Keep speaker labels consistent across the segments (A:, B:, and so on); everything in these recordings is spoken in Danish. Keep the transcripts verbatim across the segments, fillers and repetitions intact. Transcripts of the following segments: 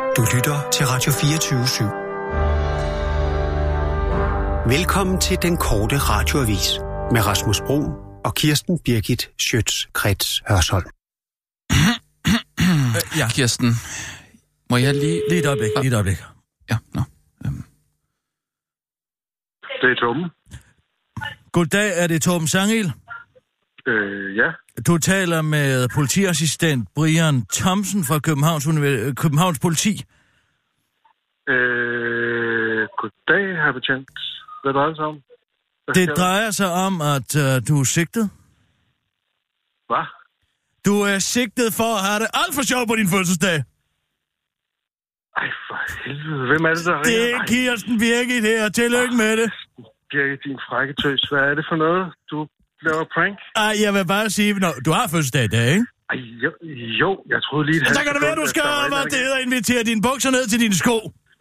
A: Du lytter til Radio fireogtyve syv. Velkommen til den korte radioavis med Rasmus Bruun og Kirsten Birgit Schøtz-Krets Hørsholm.
B: Ja, Kirsten. Må jeg lige...
C: Lige et øjeblik, lige et øjeblik.
B: Ja, nå. Øhm.
D: Det er Torben.
C: Goddag, er det Torben Sangel?
D: Øh, ja.
C: Du taler med politiassistent Brian Thomsen fra Københavns, Univers- Københavns Politi.
D: Øh, goddag, herr betjent. Hvad drejer det sig om? Hvad
C: Det drejer sig om, at uh, du er sigtet.
D: Hvad?
C: Du er sigtet for at have det alt for sjovt på din fødselsdag.
D: Ej, for helvede. Hvem er det, der
C: Det
D: ringer?
C: er Kirsten Birgit her. Tillykke med det.
D: Birgit, din frække tøs. Hvad er det for noget? Du laver prank?
C: Ej, jeg vil bare sige, når du har fødselsdag i dag, ikke?
D: Ej, jo, jo jeg troede lige...
C: Så kan det være, du skal være det og invitere dine bukser ned til dine sko.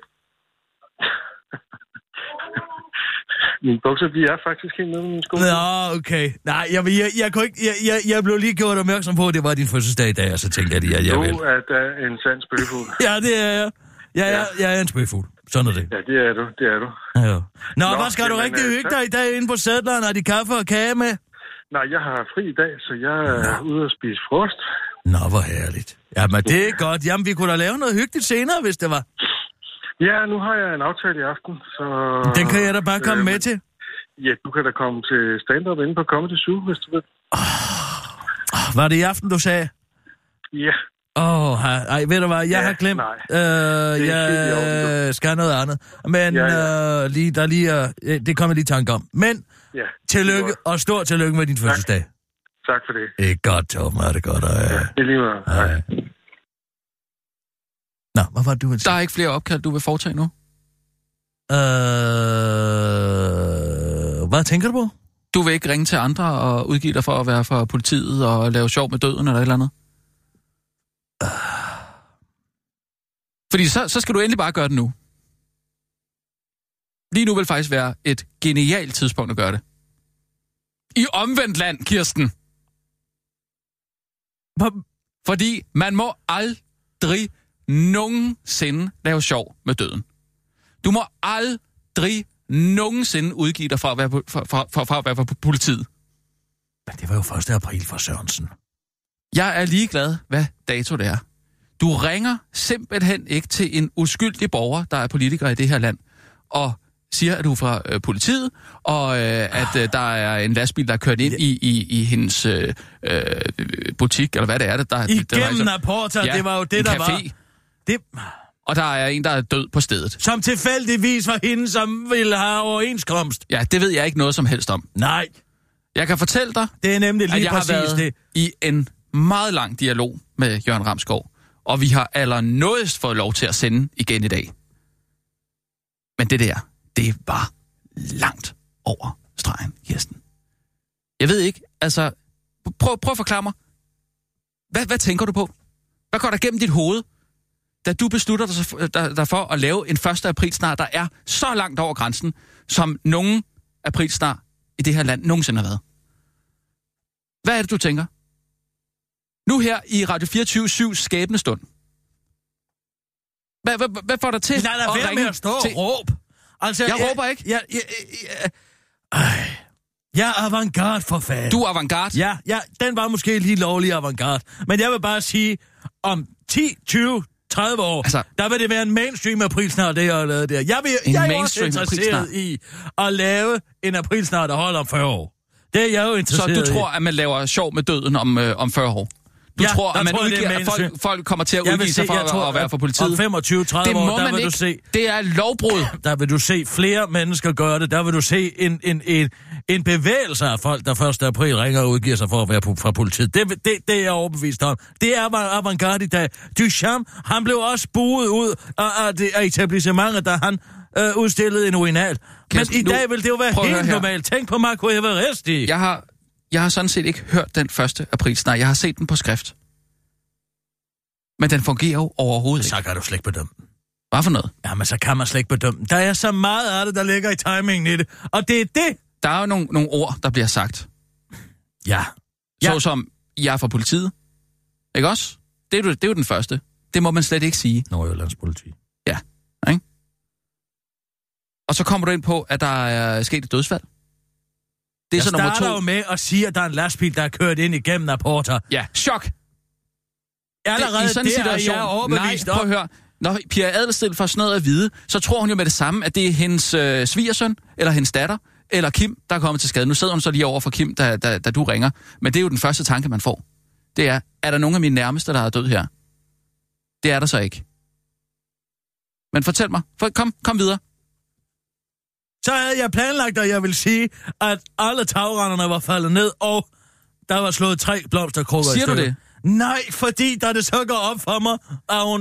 D: Mine bukser, de er faktisk helt nede i mine sko.
C: Nå, okay. Nej, jeg, jeg, jeg, kunne ikke, jeg, jeg, jeg blev lige gjort opmærksom på, at det var din fødselsdag i dag, og så tænkte jeg, at jeg, jeg vil.
D: Du er da en sand spøgefugl.
C: Ja, det er jeg. Ja, ja. Jeg, jeg er en spøgefugl. Sådan er det.
D: Ja, det er du, det er du.
C: Ja. Nå, Nå, hvad skal
D: jamen,
C: du rigtig
D: øh,
C: hygge
D: tak.
C: dig i dag inde på sædleren? Har de kaffe og kage med?
D: Nej, jeg har fri i dag, så jeg er ude at spise frost.
C: Nå, hvor herligt. Jamen, det er godt. Jamen, vi kunne da lave noget hyggeligt senere, hvis det var.
D: Ja, nu har jeg en aftale i aften, så...
C: Den kan jeg da bare komme
D: øh,
C: med til.
D: Ja, du kan da komme til stand-up inde på Comedy Zoo, hvis du vil.
C: Oh, var det i aften, du sagde?
D: Ja.
C: Åh, oh, ej, ved du hvad, jeg
D: Ja,
C: har glemt.
D: nej.
C: Øh, jeg skal noget andet. Men
D: Ja, ja.
C: Øh, lige, der lige, øh, det kommer jeg lige i tanke om. Men
D: Ja.
C: tillykke, og stor tillykke med din fødselsdag.
D: Tak for det.
C: Det er godt, Torben, er det godt. Og, øh,
D: Det er lige meget.
C: øh.
D: Hej.
C: Nå, hvad var det, du ville sige?
B: Der er ikke flere opkald, du vil foretage nu?
C: Øh, hvad tænker du på?
B: Du vil ikke ringe til andre og udgive dig for at være fra politiet og lave sjov med døden eller et eller andet? Uh. Fordi så, så skal du endelig bare gøre det nu. Lige nu vil faktisk være et genialt tidspunkt at gøre det. I omvendt land, Kirsten.
C: Hvor...
B: Fordi man må aldrig nogensinde lave sjov med døden. Du må aldrig nogensinde udgive dig for at være, for, for, for, for at være for politiet.
C: Men det var jo første april for Sørensen.
B: Jeg er ligeglad, hvad dato det er. Du ringer simpelthen ikke til en uskyldig borger, der er politiker i det her land, og siger, at du er fra øh, politiet, og øh, at øh, der er en lastbil, der er kørt ind i, i, i hendes øh, øh, butik, eller hvad det er det, der...
C: Igennem Naporta,
B: ja,
C: det var jo det, der
B: café,
C: var. Det...
B: Og der er en, der er død på stedet.
C: Som tilfældigvis var hende, som ville have overenskomst.
B: Ja, det ved jeg ikke noget som helst om.
C: Nej.
B: Jeg kan fortælle dig,
C: det er nemlig lige
B: at jeg
C: præcis
B: har været
C: det.
B: i en meget lang dialog med Jørgen Ramskov, og vi har allernådigst fået lov til at sende igen i dag. Men det der, det var langt over stregen, Kirsten. Jeg ved ikke, altså, prøv, prøv at forklare mig. Hvad, hvad tænker du på? Hvad går der gennem dit hoved, da du beslutter dig, dig, dig for at lave en første april snart, der er så langt over grænsen, som nogen april snart i det her land nogensinde har været? Hvad er det, du tænker? Nu her i Radio fireogtyve syv skæbnestund. Hvad, hvad, hvad får dig til
C: Nej,
B: at
C: være
B: ringe
C: med at stå
B: til...
C: og råb. Altså,
B: jeg, jeg råber ikke.
C: Jeg, jeg, jeg, jeg, jeg er avantgarde for fanden.
B: Du er avantgarde?
C: Ja, ja, den var måske lige lovlig avantgarde. Men jeg vil bare sige, om ti, tyve, tredive år, altså, der vil det være en mainstream aprilsnart, det jeg har lavet der. Jeg, vil, jeg er jo også interesseret i at lave en aprilsnart, der holder om fyrre år. Det er jeg jo interesseret i.
B: Så du tror, at man laver sjov med døden om, øh, om fyrre år? Du
C: ja,
B: tror, at man
C: tror,
B: udgiver, at folk, folk kommer til at udgive sig for at, tror, at være for politiet?
C: Om femogtyve til tredive år, der vil
B: ikke.
C: du se...
B: Det er lovbrud.
C: Der vil du se flere mennesker gøre det. Der vil du se en, en, en, en bevægelse af folk, der første april ringer og udgiver sig for at være fra politiet. Det, det, det er jeg overbevist om. Det er avantgarde i dag. Duchamp, han blev også buet ud af, af, det, af etablissementet, da han øh, udstillede en urinal. Men i nu, dag vil det jo være helt normalt. Tænk på Marco Everesti.
B: Jeg har... Jeg har sådan set ikke hørt den første april snart. Jeg har set den på skrift. Men den fungerer jo overhovedet ikke.
C: Så kan du slet ikke bedømme den.
B: Hvad for noget?
C: Jamen, så kan man slet ikke bedømme den. Der er så meget af det, der ligger i timingen i det. Og det er det.
B: Der er jo nogle, nogle ord, der bliver sagt.
C: Ja.
B: Så
C: ja.
B: som, jeg er fra politiet. Ikke også? Det er, jo, det er jo den første. Det må man slet ikke sige.
C: Nordjyllands politi.
B: Ja, ikke? Og så kommer du ind på, at der er sket et dødsfald. Det er
C: jeg
B: så nummer
C: starter
B: to.
C: jo med at sige, at der er en lastbil, der er kørt ind igennem Apporter.
B: Ja, chok.
C: Allerede
B: det, i sådan en
C: der
B: situation,
C: er jeg overbevist
B: nej, prøv at høre. Når Pia Adelsteen får sådan noget at vide, så tror hun jo med det samme, at det er hendes øh, svigersøn, eller hendes datter, eller Kim, der er kommet til skade. Nu sidder hun så lige over for Kim, da, da, da du ringer. Men det er jo den første tanke, man får. Det er, er der nogen af mine nærmeste, der er død her? Det er der så ikke. Men fortæl mig. For, kom, kom videre.
C: Så havde jeg planlagt, at jeg vil sige, at alle tagrenderne var faldet ned, og der var slået tre blomsterkrukker i
B: Siger du
C: stykker.
B: det?
C: Nej, fordi da det så går op for mig, at hun...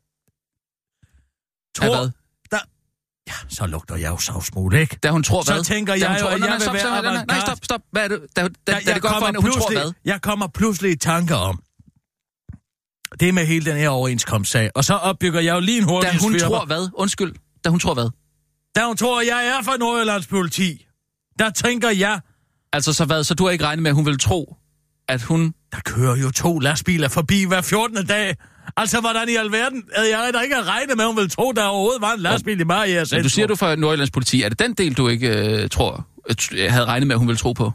B: Tror, hvad?
C: Der... Ja, så lugter jeg jo savsmule, ikke?
B: Da hun tror
C: så
B: hvad?
C: tænker
B: da
C: jeg jo,
B: tror,
C: at
B: nej,
C: jeg
B: nej,
C: vil
B: stop,
C: være
B: stop, nej, nej, nej, stop, stop. Hvad er det? Da, da, da, da det går for hende, hun tror hvad?
C: Jeg kommer pludselig i tanker om det med hele den her overenskomstsag. Og så opbygger jeg jo lige en hurtig
B: Da hun
C: svirper.
B: tror hvad? Undskyld. Da hun tror hvad?
C: Da hun tror, at jeg er fra Nordjyllands politi. Der tænker jeg...
B: Altså så hvad? Så du har ikke regnet med, at hun vil tro, at hun...
C: Der kører jo to lastbiler forbi hver fjortende dag. Altså, hvordan i alverden havde jeg da ikke regnet med, at hun ville tro, der overhovedet var en lastbil i Mariager Centrum.
B: Men du siger du fra Nordjyllands politi. Er det den del, du ikke øh, tror, øh, havde regnet med, at hun ville tro på?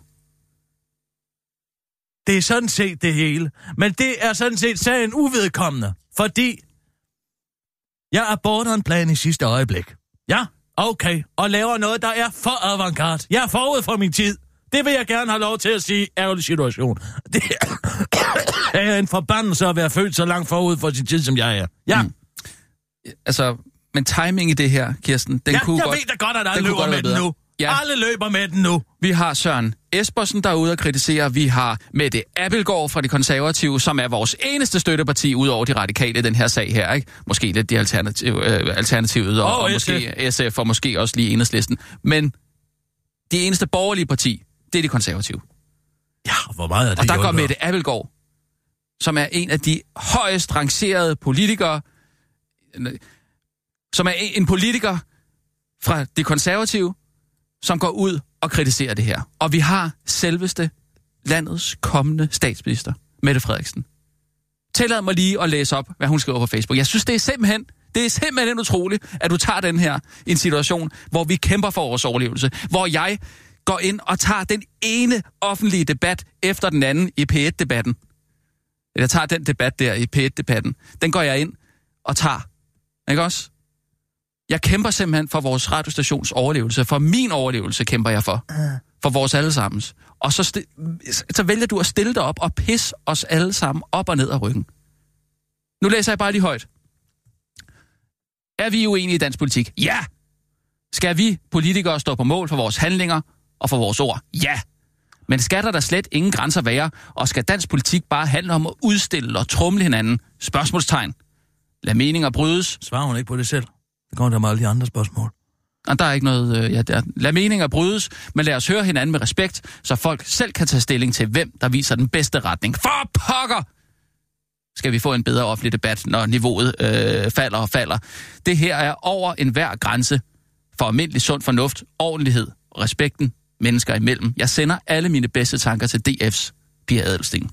C: Det er sådan set det hele. Men det er sådan set sagen uvedkommende. Fordi jeg aborter en plan i sidste øjeblik. Ja, okay. Og laver noget, der er for avantgarde. Jeg er forud for min tid. Det vil jeg gerne have lov til at sige, ærgerlig situation. Det er en forbandelse at være født så langt forud for sin tid, som jeg er. Ja. Mm.
B: Altså, men timing i det her, Kirsten, den
C: ja,
B: kunne
C: jeg
B: godt...
C: ved da godt, at alle løber med den nu.
B: Ja.
C: Alle løber med den nu.
B: Vi har Søren Espersen, der er ude og kritisere. Vi har Mette Abildgaard fra De Konservative, som er vores eneste støtteparti, ud over de radikale i den her sag her, ikke? Måske lidt de alternativ, øh, alternativet, og,
C: oh,
B: og måske S F, og måske også lige Enhedslisten. Men det eneste borgerlige parti, det er De Konservative.
C: Ja, hvor meget er det?
B: Og der går
C: hjulpet?
B: Mette Abildgaard, som er en af de højest rangerede politikere, som er en politiker fra De Konservative, som går ud og kritiserer det her. Og vi har selveste landets kommende statsminister, Mette Frederiksen. Tillad mig lige at læse op, hvad hun skriver på Facebook. Jeg synes, det er simpelthen, det er simpelthen utroligt, at du tager den her i en situation, hvor vi kæmper for vores overlevelse. Hvor jeg går ind og tager den ene offentlige debat efter den anden i P et-debatten. Jeg tager den debat der i P et-debatten. Den går jeg ind og tager. Ikke også? Jeg kæmper simpelthen for vores radiostations overlevelse. For min overlevelse kæmper jeg for. For vores allesammens. Og så, sti- så vælger du at stille dig op og pisse os alle sammen op og ned af ryggen. Nu læser jeg bare lige højt. Er vi uenige i dansk politik? Ja! Skal vi politikere stå på mål for vores handlinger og for vores ord? Ja! Men skal der da slet ingen grænser være, og skal dansk politik bare handle om at udstille og tromle hinanden? Spørgsmålstegn. Lad meninger brydes.
C: Svarer hun ikke på det selv? Det kommer der med alle de andre spørgsmål.
B: Og der er ikke noget... Øh, ja, der. Lad meninger brydes, men lad os høre hinanden med respekt, så folk selv kan tage stilling til, hvem der viser den bedste retning. For pokker! Skal vi få en bedre offentlig debat, når niveauet øh, falder og falder. Det her er over enhver grænse for almindelig sund fornuft, ordentlighed og respekten mennesker imellem. Jeg sender alle mine bedste tanker til D F's Pia Adelsteen.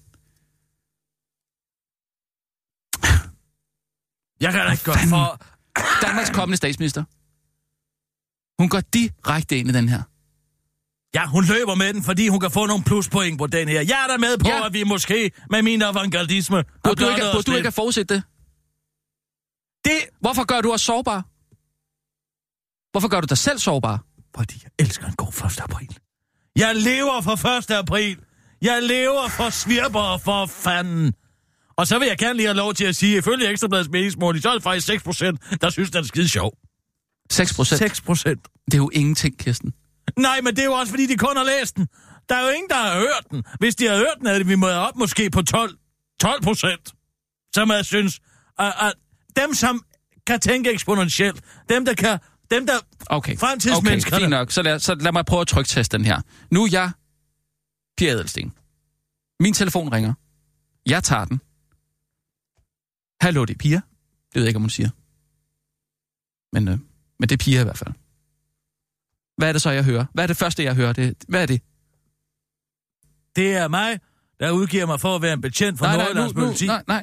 C: Jeg kan da ikke gøre for...
B: Danmarks kommende statsminister. Hun går direkte ind i den her.
C: Ja, hun løber med den, fordi hun kan få nogle pluspoint på den her. Jeg er da med på,
B: Ja.
C: at vi måske med min avantgardisme...
B: Burde du ikke, burde du ikke have forudset det?
C: Det...
B: Hvorfor gør du os sårbar? Hvorfor gør du dig selv sårbar?
C: Fordi jeg elsker en god første april. Jeg lever for første april. Jeg lever for svirper for fanden. Og så vil jeg gerne lige have lov til at sige, ifølge Ekstrabladets meningsmål, så er det faktisk seks procent, der synes, det er skide sjov.
B: seks procent?
C: seks procent.
B: Det er jo ingenting, Kirsten.
C: Nej, men det er jo også, fordi de kun har læst den. Der er jo ingen, der har hørt den. Hvis de har hørt den, havde vi må op måske på tolv procent. Som jeg synes, at, at dem, som kan tænke eksponentielt, dem, der kan... Dem, der
B: Okay,
C: fremtidsmennesker...
B: okay, fint nok. Så lad, så lad mig prøve at trykteste den her. Nu er jeg Pia Adelsteen. Min telefon ringer. Jeg tager den. Hallo, det er Pia. Det ved jeg ikke, om hun siger. Men, øh, men det er Pia i hvert fald. Hvad er det så, jeg hører? Hvad er det første, jeg hører? Det, hvad er det?
C: Det er mig, der udgiver mig for at være en betjent for
B: Nej, nej,
C: Nordjyllands
B: nu, nu,
C: politi.
B: nej, nej.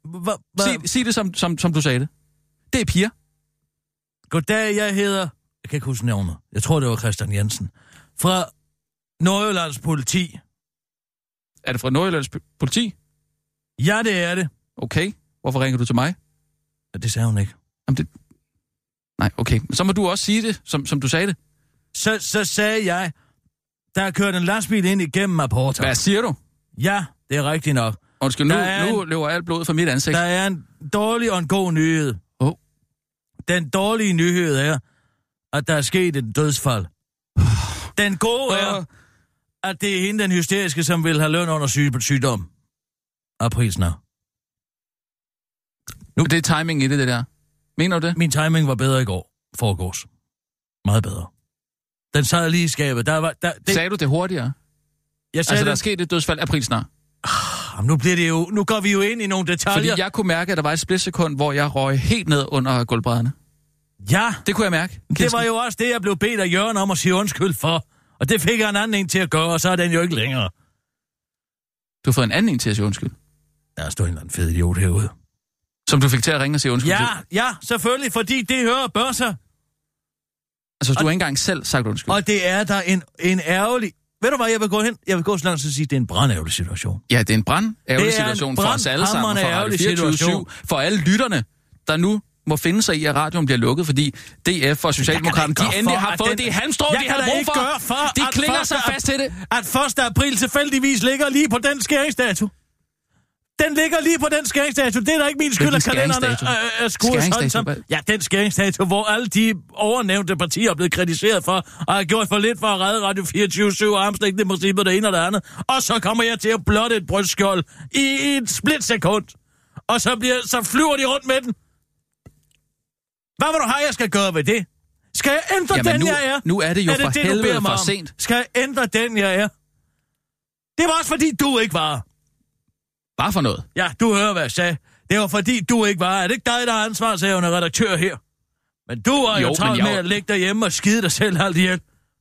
C: Hva, hva?
B: Sig, sig det, som, som, som du sagde det. Det er Pia.
C: Goddag, jeg hedder... Jeg kan ikke huske navnet. Jeg tror, det var Christian Jensen. Fra Nordjyllands politi.
B: Er det fra Nordjyllands politi?
C: Ja, det er det.
B: Okay. Hvorfor ringer du til mig?
C: Ja, det sagde hun ikke.
B: Jamen det... Nej, okay. Så må du også sige det, som, som du sagde det.
C: Så, så sagde jeg, der er kørt en lastbil ind igennem Apporter.
B: Hvad siger du?
C: Ja, det er rigtigt nok.
B: Undskyld, nu, nu
C: en,
B: løber alt blod fra mit ansigt.
C: Der er en dårlig og en god nyhed.
B: Oh.
C: Den dårlige nyhed er, at der er sket et dødsfald. Den gode er, at det er hende, den hysteriske, som vil have løn under syg- sygdom. Aprilsnær.
B: Nu. Det er timing i det, det der. Mener du det?
C: Min timing var bedre i går. Foregårs. Meget bedre. Den sad lige i skabet. Der var, der, det...
B: Sagde du det hurtigere?
C: Jeg sagde
B: altså,
C: det...
B: der er sket et dødsfald aprilsnær.
C: Ah, nu, bliver det jo, nu går vi jo ind i nogle detaljer.
B: Fordi jeg kunne mærke, at der var et splitsekund, hvor jeg røg helt ned under gulvbrædderne.
C: Ja.
B: Det kunne jeg mærke. Kirsten.
C: Det var jo også det, jeg blev bedt af Jørgen om at sige undskyld for. Og det fik jeg en anden en til at gøre, og så er den jo ikke længere.
B: Du har fået en anden en til at sige undskyld?
C: Der stod en eller anden fed idiot herude.
B: Som du fik til at ringe og sige undskyld
C: ja,
B: til?
C: Ja, selvfølgelig, fordi det hører børser.
B: Altså, du
C: og,
B: har ikke engang selv sagt undskyld?
C: Og det er der en, en ærgerlig... Ved du hvad, jeg vil gå hen? Jeg vil gå så langt og sige, at det er en brandærgerlig situation.
B: Ja, det er en brandærgerlig situation for os alle sammen, for Radio fireogtyve syv, for alle lytterne, der nu må finde sig i, at radioen bliver lukket, fordi D F og Socialdemokraterne, de endelig har fået den, det halmstrå, de har brug for. for. De klinger sig fast til det.
C: At første april tilfældigvis ligger lige på den skæringsdato. Den ligger lige på den skæringsdato. Det er da ikke min skyld, at kalenderne er skruet sådan som... Ja, den skæringsdato, hvor alle de overnævnte partier er blevet kritiseret for, og har gjort for lidt for at redde Radio fireogtyve syv og armslægtende princippet det ene og det andet. Og så kommer jeg til at blotte et brystskjold i et splitsekund. Og så, bliver, så flyver de rundt med den. Hvad vil du have, jeg skal gøre ved det? Skal jeg ændre
B: Jamen
C: den,
B: nu,
C: jeg er?
B: Nu er det jo
C: er det
B: for
C: det,
B: helvede for sent.
C: Skal jeg ændre den, jeg er? Det var også fordi, du ikke var.
B: Bare for noget?
C: Ja, du hører, hvad jeg sagde. Det var fordi, du ikke var. Er det ikke dig, der er ansvarshavende redaktør her? Men du var jo, jo travlt jeg... med at ligge derhjemme og skide dig selv halvt ihjel.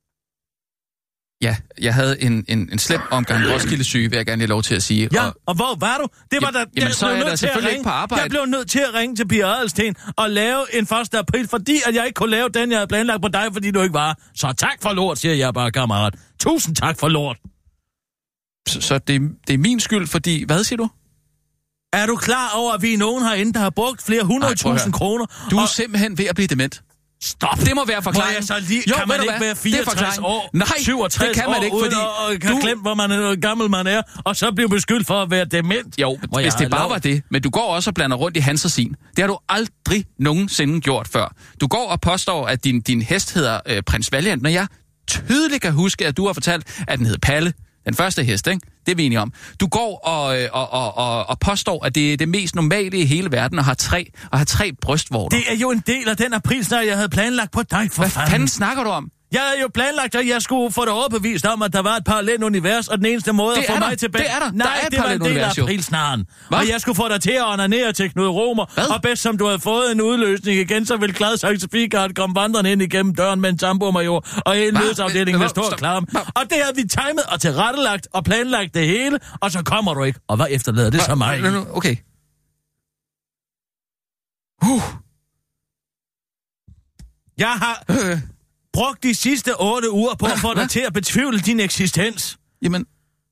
B: Ja, jeg havde en, en, en slem omgang Roskilde-syge, vil jeg gerne have lov til at sige.
C: Ja,
B: og,
C: og hvor var du? Det var
B: jamen,
C: der,
B: jamen, så er jeg da selvfølgelig ikke på arbejde.
C: Jeg blev nødt til at ringe til Pia Adelsten og lave en første april, fordi at jeg ikke kunne lave den, jeg havde planlagt på dig, fordi du ikke var. Så tak for lort, siger jeg bare, kammerat. Tusind tak for lort.
B: Så, så det, det er min skyld, fordi... Hvad siger du?
C: Er du klar over, at vi er nogen herinde, der har brugt flere hundrede tusind kroner?
B: Du er
C: og...
B: simpelthen ved at blive dement.
C: Stop!
B: Det må være forklaringen.
C: Må jeg så lige... Jo, kan man ikke være fireogtres år,
B: Nej,
C: syvogtres
B: det kan man ikke, fordi...
C: Og, og kan du... glemme, hvor man er, hvor gammel man er, og så bliver beskyldt for at være dement.
B: Jo, må hvis det bare lov? Var det. Men du går også og blander rundt i hans og sin. Det har du aldrig nogensinde gjort før. Du går og påstår, at din, din hest hedder øh, Prins Valiant, når jeg tydeligt kan huske, at du har fortalt, at den hed Palle. Den første hest, ikke? Det er vi enige om. Du går og, og, og, og, og påstår, at det er det mest normale i hele verden at have tre, at have tre brystvorter.
C: Det er jo en del af den aprilsnær, jeg havde planlagt på dig, for
B: Hvad
C: fanden.
B: fanden snakker du om?
C: Jeg havde jo planlagt, at jeg skulle få dig overbevist om, at der var et parallelt univers, og den eneste måde at få mig tilbage...
B: Det er der.
C: Nej,
B: der er
C: det var en del af aprilsnaren. Og jeg skulle få dig til at onanere til Knud Romer. Hvad? Og bedst som du havde fået en udløsning igen, så ville Glad Certifikat komme vandrende ind igennem døren med en tamburmajor og en nyhedsafdeling med stor klam. Og det havde vi timet og tilrettelagt og planlagt det hele, og så kommer du ikke. Og hvad efterlader det så mig?
B: Okay. Uh.
C: Jeg har... Øh. brugt de sidste otte uger på at få dig til at betvivle din eksistens.
B: Jamen...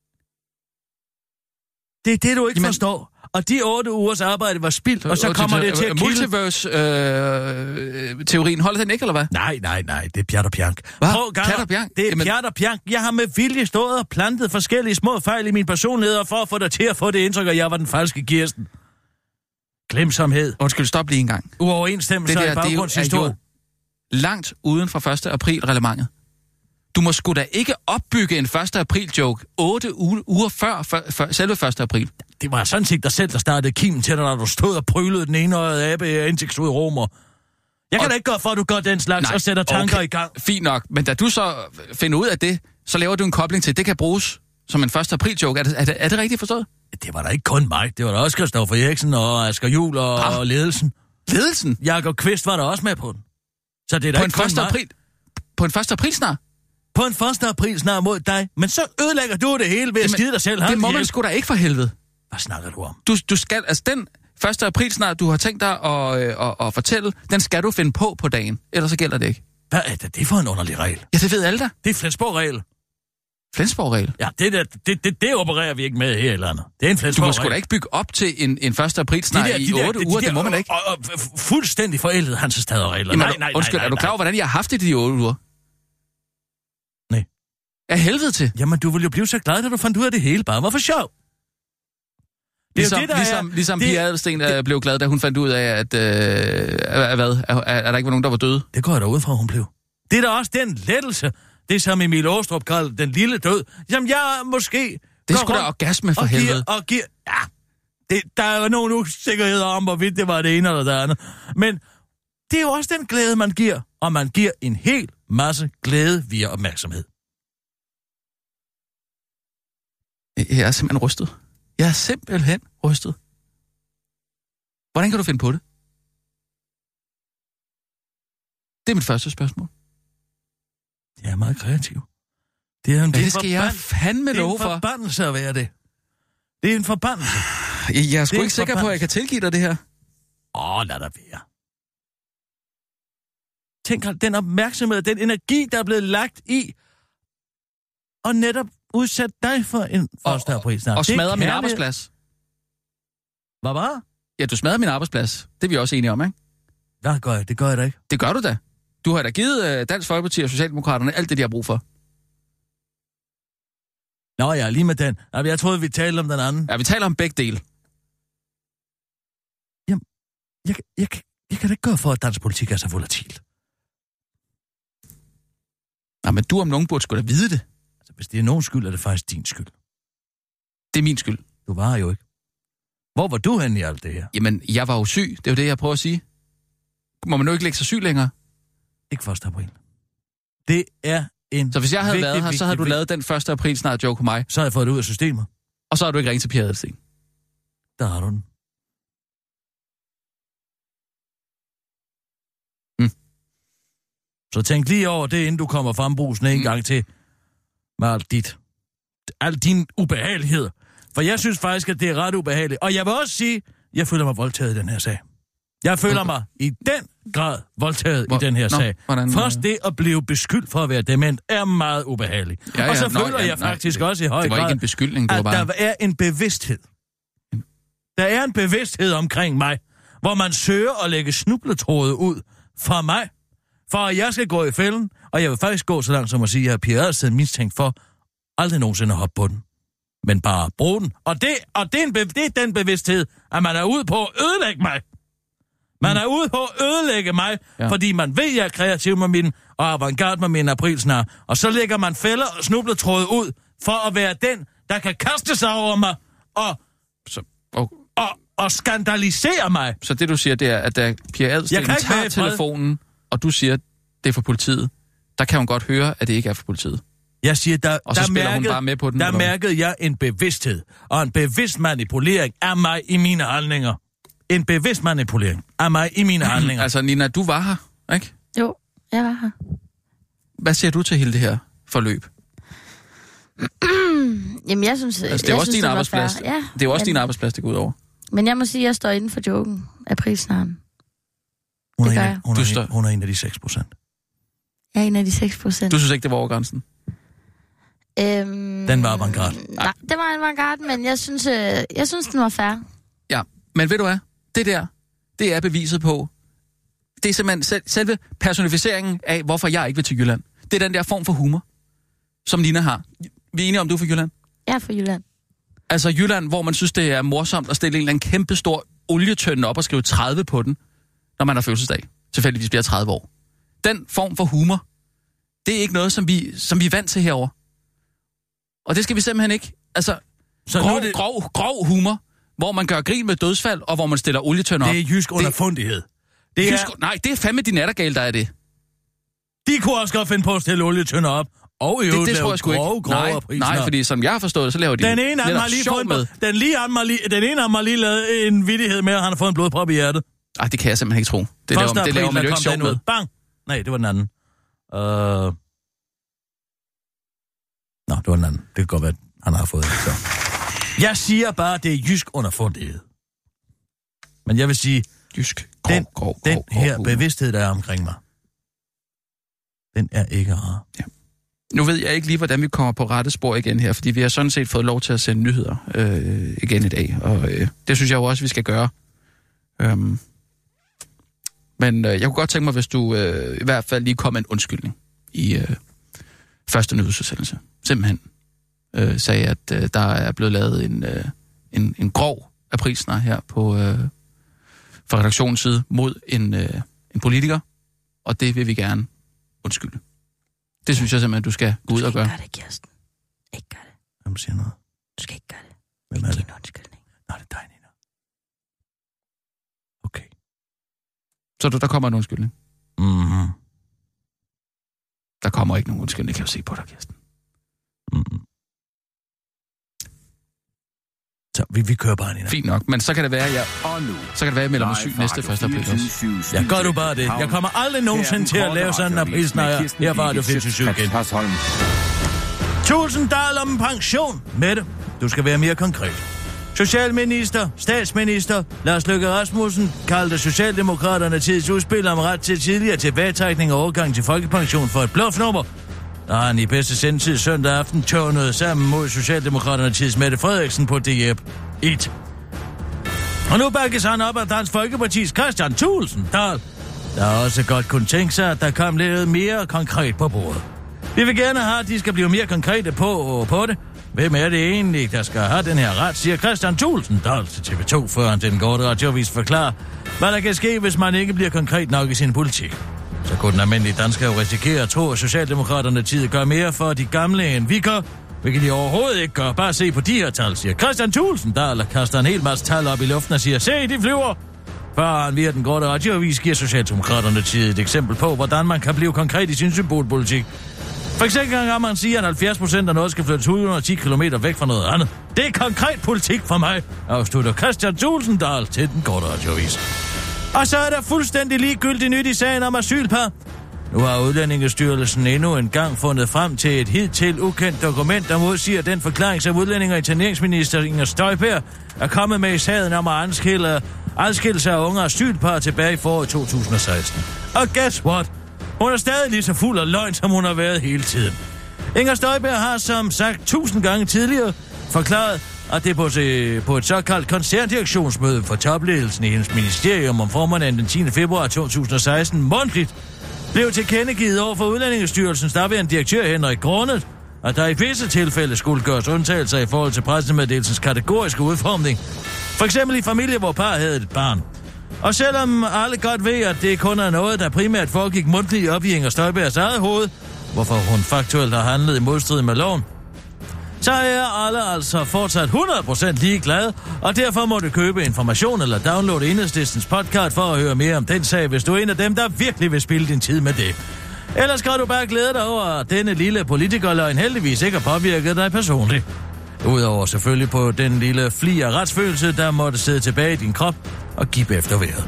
C: Det er det, du ikke
B: Jamen...
C: forstår. Og de otte ugers arbejde var spildt, og så kommer det til at kilde...
B: Multiverse-teorien, holder den ikke, eller hvad?
C: Nej, nej, nej, det er pjat og pjank.
B: Hvad? Pjat og pjank?
C: Det er Jamen... pjat og pjank. Jeg har med vilje stået og plantet forskellige små fejl i min personlighed, for at få dig til at få det indtryk, at jeg var den falske Kirsten. Glemsomhed.
B: Undskyld, stop lige en gang.
C: Uoverensstemmelser i baggrundshistorie.
B: Langt uden fra første april-relevantet. Du må sgu da ikke opbygge en første april-joke otte uger før, før, før selve første april.
C: Det var sådan set dig selv, der startede kimen til dig, når du stod og prylede den enøjede abe indsigtsud romer. Jeg kan og... da ikke gøre for, at du gør den slags Nej, og sætter tanker okay. i gang.
B: Fint nok, men da du så finder ud af det, så laver du en kobling til, at det kan bruges som en første april-joke. Er det, er, det, er det rigtigt forstået?
C: Det var da ikke kun mig. Det var da også Christoffer Eriksen og Asger Juhl og, ah. og ledelsen.
B: Ledelsen?
C: Jakob Kvist var der også med på den. Så det er
B: på en første april? På en første april snart?
C: På en første april snart mod dig. Men så ødelægger du det hele ved at Jamen, skide dig selv.
B: Det må man sgu da ikke for helvede.
C: Hvad snakker du om?
B: Du, du skal, altså den første april snart, du har tænkt dig at, øh, at, at fortælle, den skal du finde på på dagen, ellers så gælder det ikke.
C: Hvad er det, det er for en underlig regel?
B: Ja, det ved alle da.
C: Det er Flensborg-regel.
B: Flensborg-regel?
C: Ja, det, der, det, det, det opererer vi ikke med her eller andet. Det er en Flensborg-regel.
B: Du må sgu da ikke bygge op til en, en første april snart de der, de i otte uger, de der, det må man ikke.
C: Og, og, og fuldstændig forældet Hansestad-regler. Nej, nej, nej.
B: Undskyld,
C: nej, nej,
B: er du klar over, hvordan jeg har haft det i de otte uger?
C: Nej.
B: Af helvede til.
C: Jamen, du ville jo blive så glad, da du fandt ud af det hele bare. Hvorfor sjov? Det
B: ligesom
C: det,
B: ligesom,
C: er,
B: ligesom
C: det,
B: Pia Adelsten det, blev glad, da hun fandt ud af, at, øh, at, hvad, at, at der ikke var nogen, der var døde.
C: Det går jeg da ud fra, hun blev. Det er da også den lettelse, det som Emil Åstrup kaldte den lille død. Jamen, jeg måske...
B: Det skulle da orgasme for
C: og
B: helvede.
C: Giver, og giver, ja, det, der er jo nogle usikkerheder om, hvorvidt det var det ene eller det andet. Men det er jo også den glæde, man giver. Og man giver en hel masse glæde via opmærksomhed.
B: Jeg er simpelthen rystet. Jeg er simpelthen rystet. Hvordan kan du finde på det? Det er mit første spørgsmål.
C: Jeg er meget kreativ. Det, er en,
B: ja,
C: det,
B: det skal jeg fandme love for.
C: Det er en forbandelse at være det. Det er en forbandelse.
B: Jeg, jeg er sgu ikke sikker på, at jeg kan tilgive dig det her.
C: Åh, oh, lad da være. Tænk, den opmærksomhed, den energi, der er blevet lagt i, og netop udsat dig for en første april snart.
B: Og smadrer min arbejdsplads.
C: Hvad var?
B: Ja, du smadrer min arbejdsplads. Det er vi også enige om, ikke?
C: Nej, gør jeg. Det gør jeg da ikke.
B: Det gør du da. Du har da givet uh, Dansk Folkeparti og Socialdemokraterne alt det, de har brug for.
C: Nå ja, lige med den. Jeg troede, vi talte om den anden.
B: Ja, vi taler om begge dele.
C: Jamen, jeg, jeg, jeg, jeg kan da ikke gøre for, at dansk politik er så volatil.
B: Nej, men du om nogen burde sgu da vide det.
C: Altså, hvis det er nogen skyld, er det faktisk din skyld.
B: Det er min skyld.
C: Du var jo ikke. Hvor var du henne i alt det her?
B: Jamen, jeg var jo syg. Det er jo det, jeg prøver at sige. Må man nu ikke lægge sig syg længere?
C: Ikke første april. Det er en...
B: Så hvis jeg havde
C: vigtig,
B: været her, så havde du
C: vigtig,
B: lavet den første april snart joke på mig.
C: Så havde jeg fået det ud af systemet.
B: Og så har du ikke ringet til Pia Adelsten.
C: Der har du den.
B: Mm.
C: Så tænk lige over det, inden du kommer frembrusen en mm. gang til med alt dit. Alt din ubehagelighed. For jeg synes faktisk, at det er ret ubehageligt. Og jeg vil også sige, jeg føler mig voldtaget i den her sag. Jeg føler mig i den grad voldtaget Hvor? i den her Nå, sag. Hvordan, Først det at blive beskyldt for at være dement er meget ubehageligt. Ja, ja, og så Nå, føler ja, jeg faktisk nej, også i høj grad,
B: det var ikke en beskyldning, det var bare...
C: at der er en bevidsthed. Der er en bevidsthed omkring mig, hvor man søger at lægge snubletråde ud fra mig, for at jeg skal gå i fælden, og jeg vil faktisk gå så langt som at sige, at jeg har Pia Adelsten mistænkt for aldrig nogensinde at hoppe på den. Men bare bruge den. Og det, og det, er, en be- det er den bevidsthed, at man er ude på at ødelægge mig. Man er ude på at ødelægge mig, ja. Fordi man ved, at jeg er kreativ med min, og avantgarde med min aprilsnar. Og så lægger man fælder og snubletråde ud, for at være den, der kan kaste sig over mig, og,
B: så, okay.
C: og, og skandalisere mig.
B: Så det, du siger, det er, at da Pia Adelsten tager telefonen, og du siger, det er for politiet, der kan hun godt høre, at det ikke er for politiet.
C: Jeg siger, der,
B: og så
C: der,
B: spiller
C: mærkede,
B: hun bare med på den,
C: der mærkede jeg en bevidsthed, og en bevidst manipulering af mig i mine handlinger. En bevidst manipulering af mig i mine handlinger.
B: Altså, Nina, du var her, ikke?
E: Jo, jeg var her.
B: Hvad siger du til hele det her forløb?
E: Jamen, jeg synes...
B: Altså, det er
E: jeg
B: også
E: synes,
B: din arbejdsplads.
E: Ja,
B: det er også
E: men,
B: din arbejdsplads, det går ud over.
E: Men jeg må sige, at jeg står inden for joken af prissnaren.
C: Hun,
E: det
C: er
E: gør
C: en, hun, er en, hun er en af de seks procent.
E: Jeg er en af de seks procent.
B: Du synes ikke, det var over grænsen?
E: Øhm,
C: den var avantgarde.
E: Nej, det var avantgarde, men jeg synes, øh, jeg synes, den var fair.
B: Ja, men ved du hvad? Det der, det er beviset på, det er simpelthen selv, selve personificeringen af, hvorfor jeg ikke vil til Jylland. Det er den der form for humor, som Nina har. Vi er enige om, du er fra Jylland?
E: Jeg er fra Jylland.
B: Altså Jylland, hvor man synes, det er morsomt at stille en eller anden kæmpe stor olietønde op og skrive tredive på den, når man har fødselsdag. Tilfældigvis bliver tredive år. Den form for humor, det er ikke noget, som vi, som vi er vant til herover. Og det skal vi simpelthen ikke. Altså, så grov, det... grov, grov humor, hvor man gør grin med dødsfald, og hvor man stiller olietønder op.
C: Det er jysk underfundighed.
B: Det er... Jysk... Nej, det er fandme de nattergale, der er det.
C: De kunne også godt finde på at stille olietønder op. Og i øvrigt
B: det, det tror jeg sgu
C: grove,
B: ikke.
C: Grove
B: nej, nej, fordi som jeg har forstået, så laver de
C: den ene han har lige fået med. Den, lige har lige, den ene har lige lavet en vittighed med, at han har fået en blodprop i hjertet.
B: Ej, det kan jeg simpelthen ikke tro. Det laver, det laver man jo ikke sjov med.
C: Bang! Nej, det var den anden. Uh... Nå, det var den anden. Det kan godt være, han har fået det. Så. Jeg siger bare, det er jysk underfundighed. Men jeg vil sige,
B: Jysk. Grov,
C: den,
B: grov, grov,
C: den
B: grov,
C: her
B: grov.
C: bevidsthed, der er omkring mig, den er ikke rar.
B: Ja. Nu ved jeg ikke lige, hvordan vi kommer på rette spor igen her, fordi vi har sådan set fået lov til at sende nyheder øh, igen i dag, og øh, det synes jeg jo også, vi skal gøre. Øhm. Men øh, jeg kunne godt tænke mig, hvis du øh, i hvert fald lige kom med en undskyldning i øh, første nyhedsudsendelse. Simpelthen øh, sagde, at øh, der er blevet lavet en, øh, en, en grov aprilsnar her på øh, fra redaktionens side mod en, øh, en politiker, og det vil vi gerne undskylde. Det synes jeg simpelthen, du skal gå ud og gøre.
E: Du skal ikke gøre det, Kirsten. Ikke gør det.
C: Hvem siger noget?
E: Du skal ikke gøre det.
C: Hvem er
E: Ikke
C: det?
E: give en undskyldning.
C: Nå, det er dig, Nina. Okay.
B: Så der, der kommer en undskyldning.
C: Mhm.
B: Der kommer ikke nogen undskyldning, det kan jeg jo se på dig, Kirsten.
C: Mhm. Så vi, vi kører bare, Nina.
B: Fint nok, men så kan det være, at jeg,
F: Og nu,
B: så kan det være, at jeg melder mig syg næste første april også.
C: Ja, gør du bare det. Jeg kommer aldrig nogensinde til at lave sådan en aprilsnare. Her var det fireogtyve syv igen. Tusind daler om pension. Mette, du skal være mere konkret. Socialminister, statsminister Lars Løkke Rasmussen kaldte Socialdemokraterne tids udspil om ret til tidligere tilbagetrækning og overgang til folkepension for et bluffnummer. Da han i bedste sendtid søndag aften tørnede sammen mod Socialdemokraterne tids Mette Frederiksen på D F et. Og nu bakkes han op af Dansk Folkepartis Christian Thulesen Dahl, der også godt kunne tænke sig, at der kom lidt mere konkret på bordet. Vi vil gerne have, at de skal blive mere konkrete på og på det. Hvem er det egentlig, der skal have den her ret, siger Christian Thulesen Dahl til T V to, før han den korte radioavis forklarer, hvad der kan ske, hvis man ikke bliver konkret nok i sin politik. Så kunne den almindelige dansker jo risikere at tro, at Socialdemokraterne tid gør mere for de gamle end vi gør, hvilket de overhovedet ikke gør. Bare se på de her tal, siger Christian Thulesen Dahl, og kaster en hel masse tal op i luften og siger, se, de flyver. Før han via den korte radioavis giver Socialdemokraterne tid et eksempel på, hvordan man kan blive konkret i sin symbolpolitik. For eksempel kan man sige, at halvfjerds procent af noget skal flyttes et hundrede og ti kilometer væk fra noget andet. Det er konkret politik for mig, afslutter Christian Thulesen Dahl til den korte radioavis. Og så er der fuldstændig ligegyldigt nyt i sagen om asylpar. Nu har Udlændingestyrelsen endnu en gang fundet frem til et hidtil ukendt dokument, der modsiger den forklaring, som udlænding- og interneringsminister Inger Støjberg er kommet med i sagen om at adskille, adskille sig af unge asylpar tilbage i foråret to tusind og seksten. Og guess what? Hun er stadig lige så fuld af løgn, som hun har været hele tiden. Inger Støjberg har som sagt tusind gange tidligere forklaret, at det på, på et såkaldt koncerndirektionsmøde for topledelsen i hendes ministerium om formanden den tiende februar to tusind og seksten mundtligt blev tilkendegivet over for Udlændingestyrelsens daværende direktør Henrik Grundet, at der i visse tilfælde skulle gøres undtagelser i forhold til pressemeddelelsens kategoriske udformning. For eksempel i familier, hvor par havde et barn. Og selvom alle godt ved, at det kun er noget, der primært foregik mundtligt op i Inger Støjbergs eget hoved, hvorfor hun faktuelt har handlet i modstrid med loven, så er alle altså fortsat hundrede procent ligeglade, og derfor må du købe information eller downloade Enhedslistens podcast for at høre mere om den sag, hvis du er en af dem, der virkelig vil spille din tid med det. Ellers skal du bare glæde dig over, at denne lille politikerløgn heldigvis ikke har påvirket dig personligt. Udover selvfølgelig på den lille fli af retsfølelse, der måtte sidde tilbage i din krop og give efter vejret.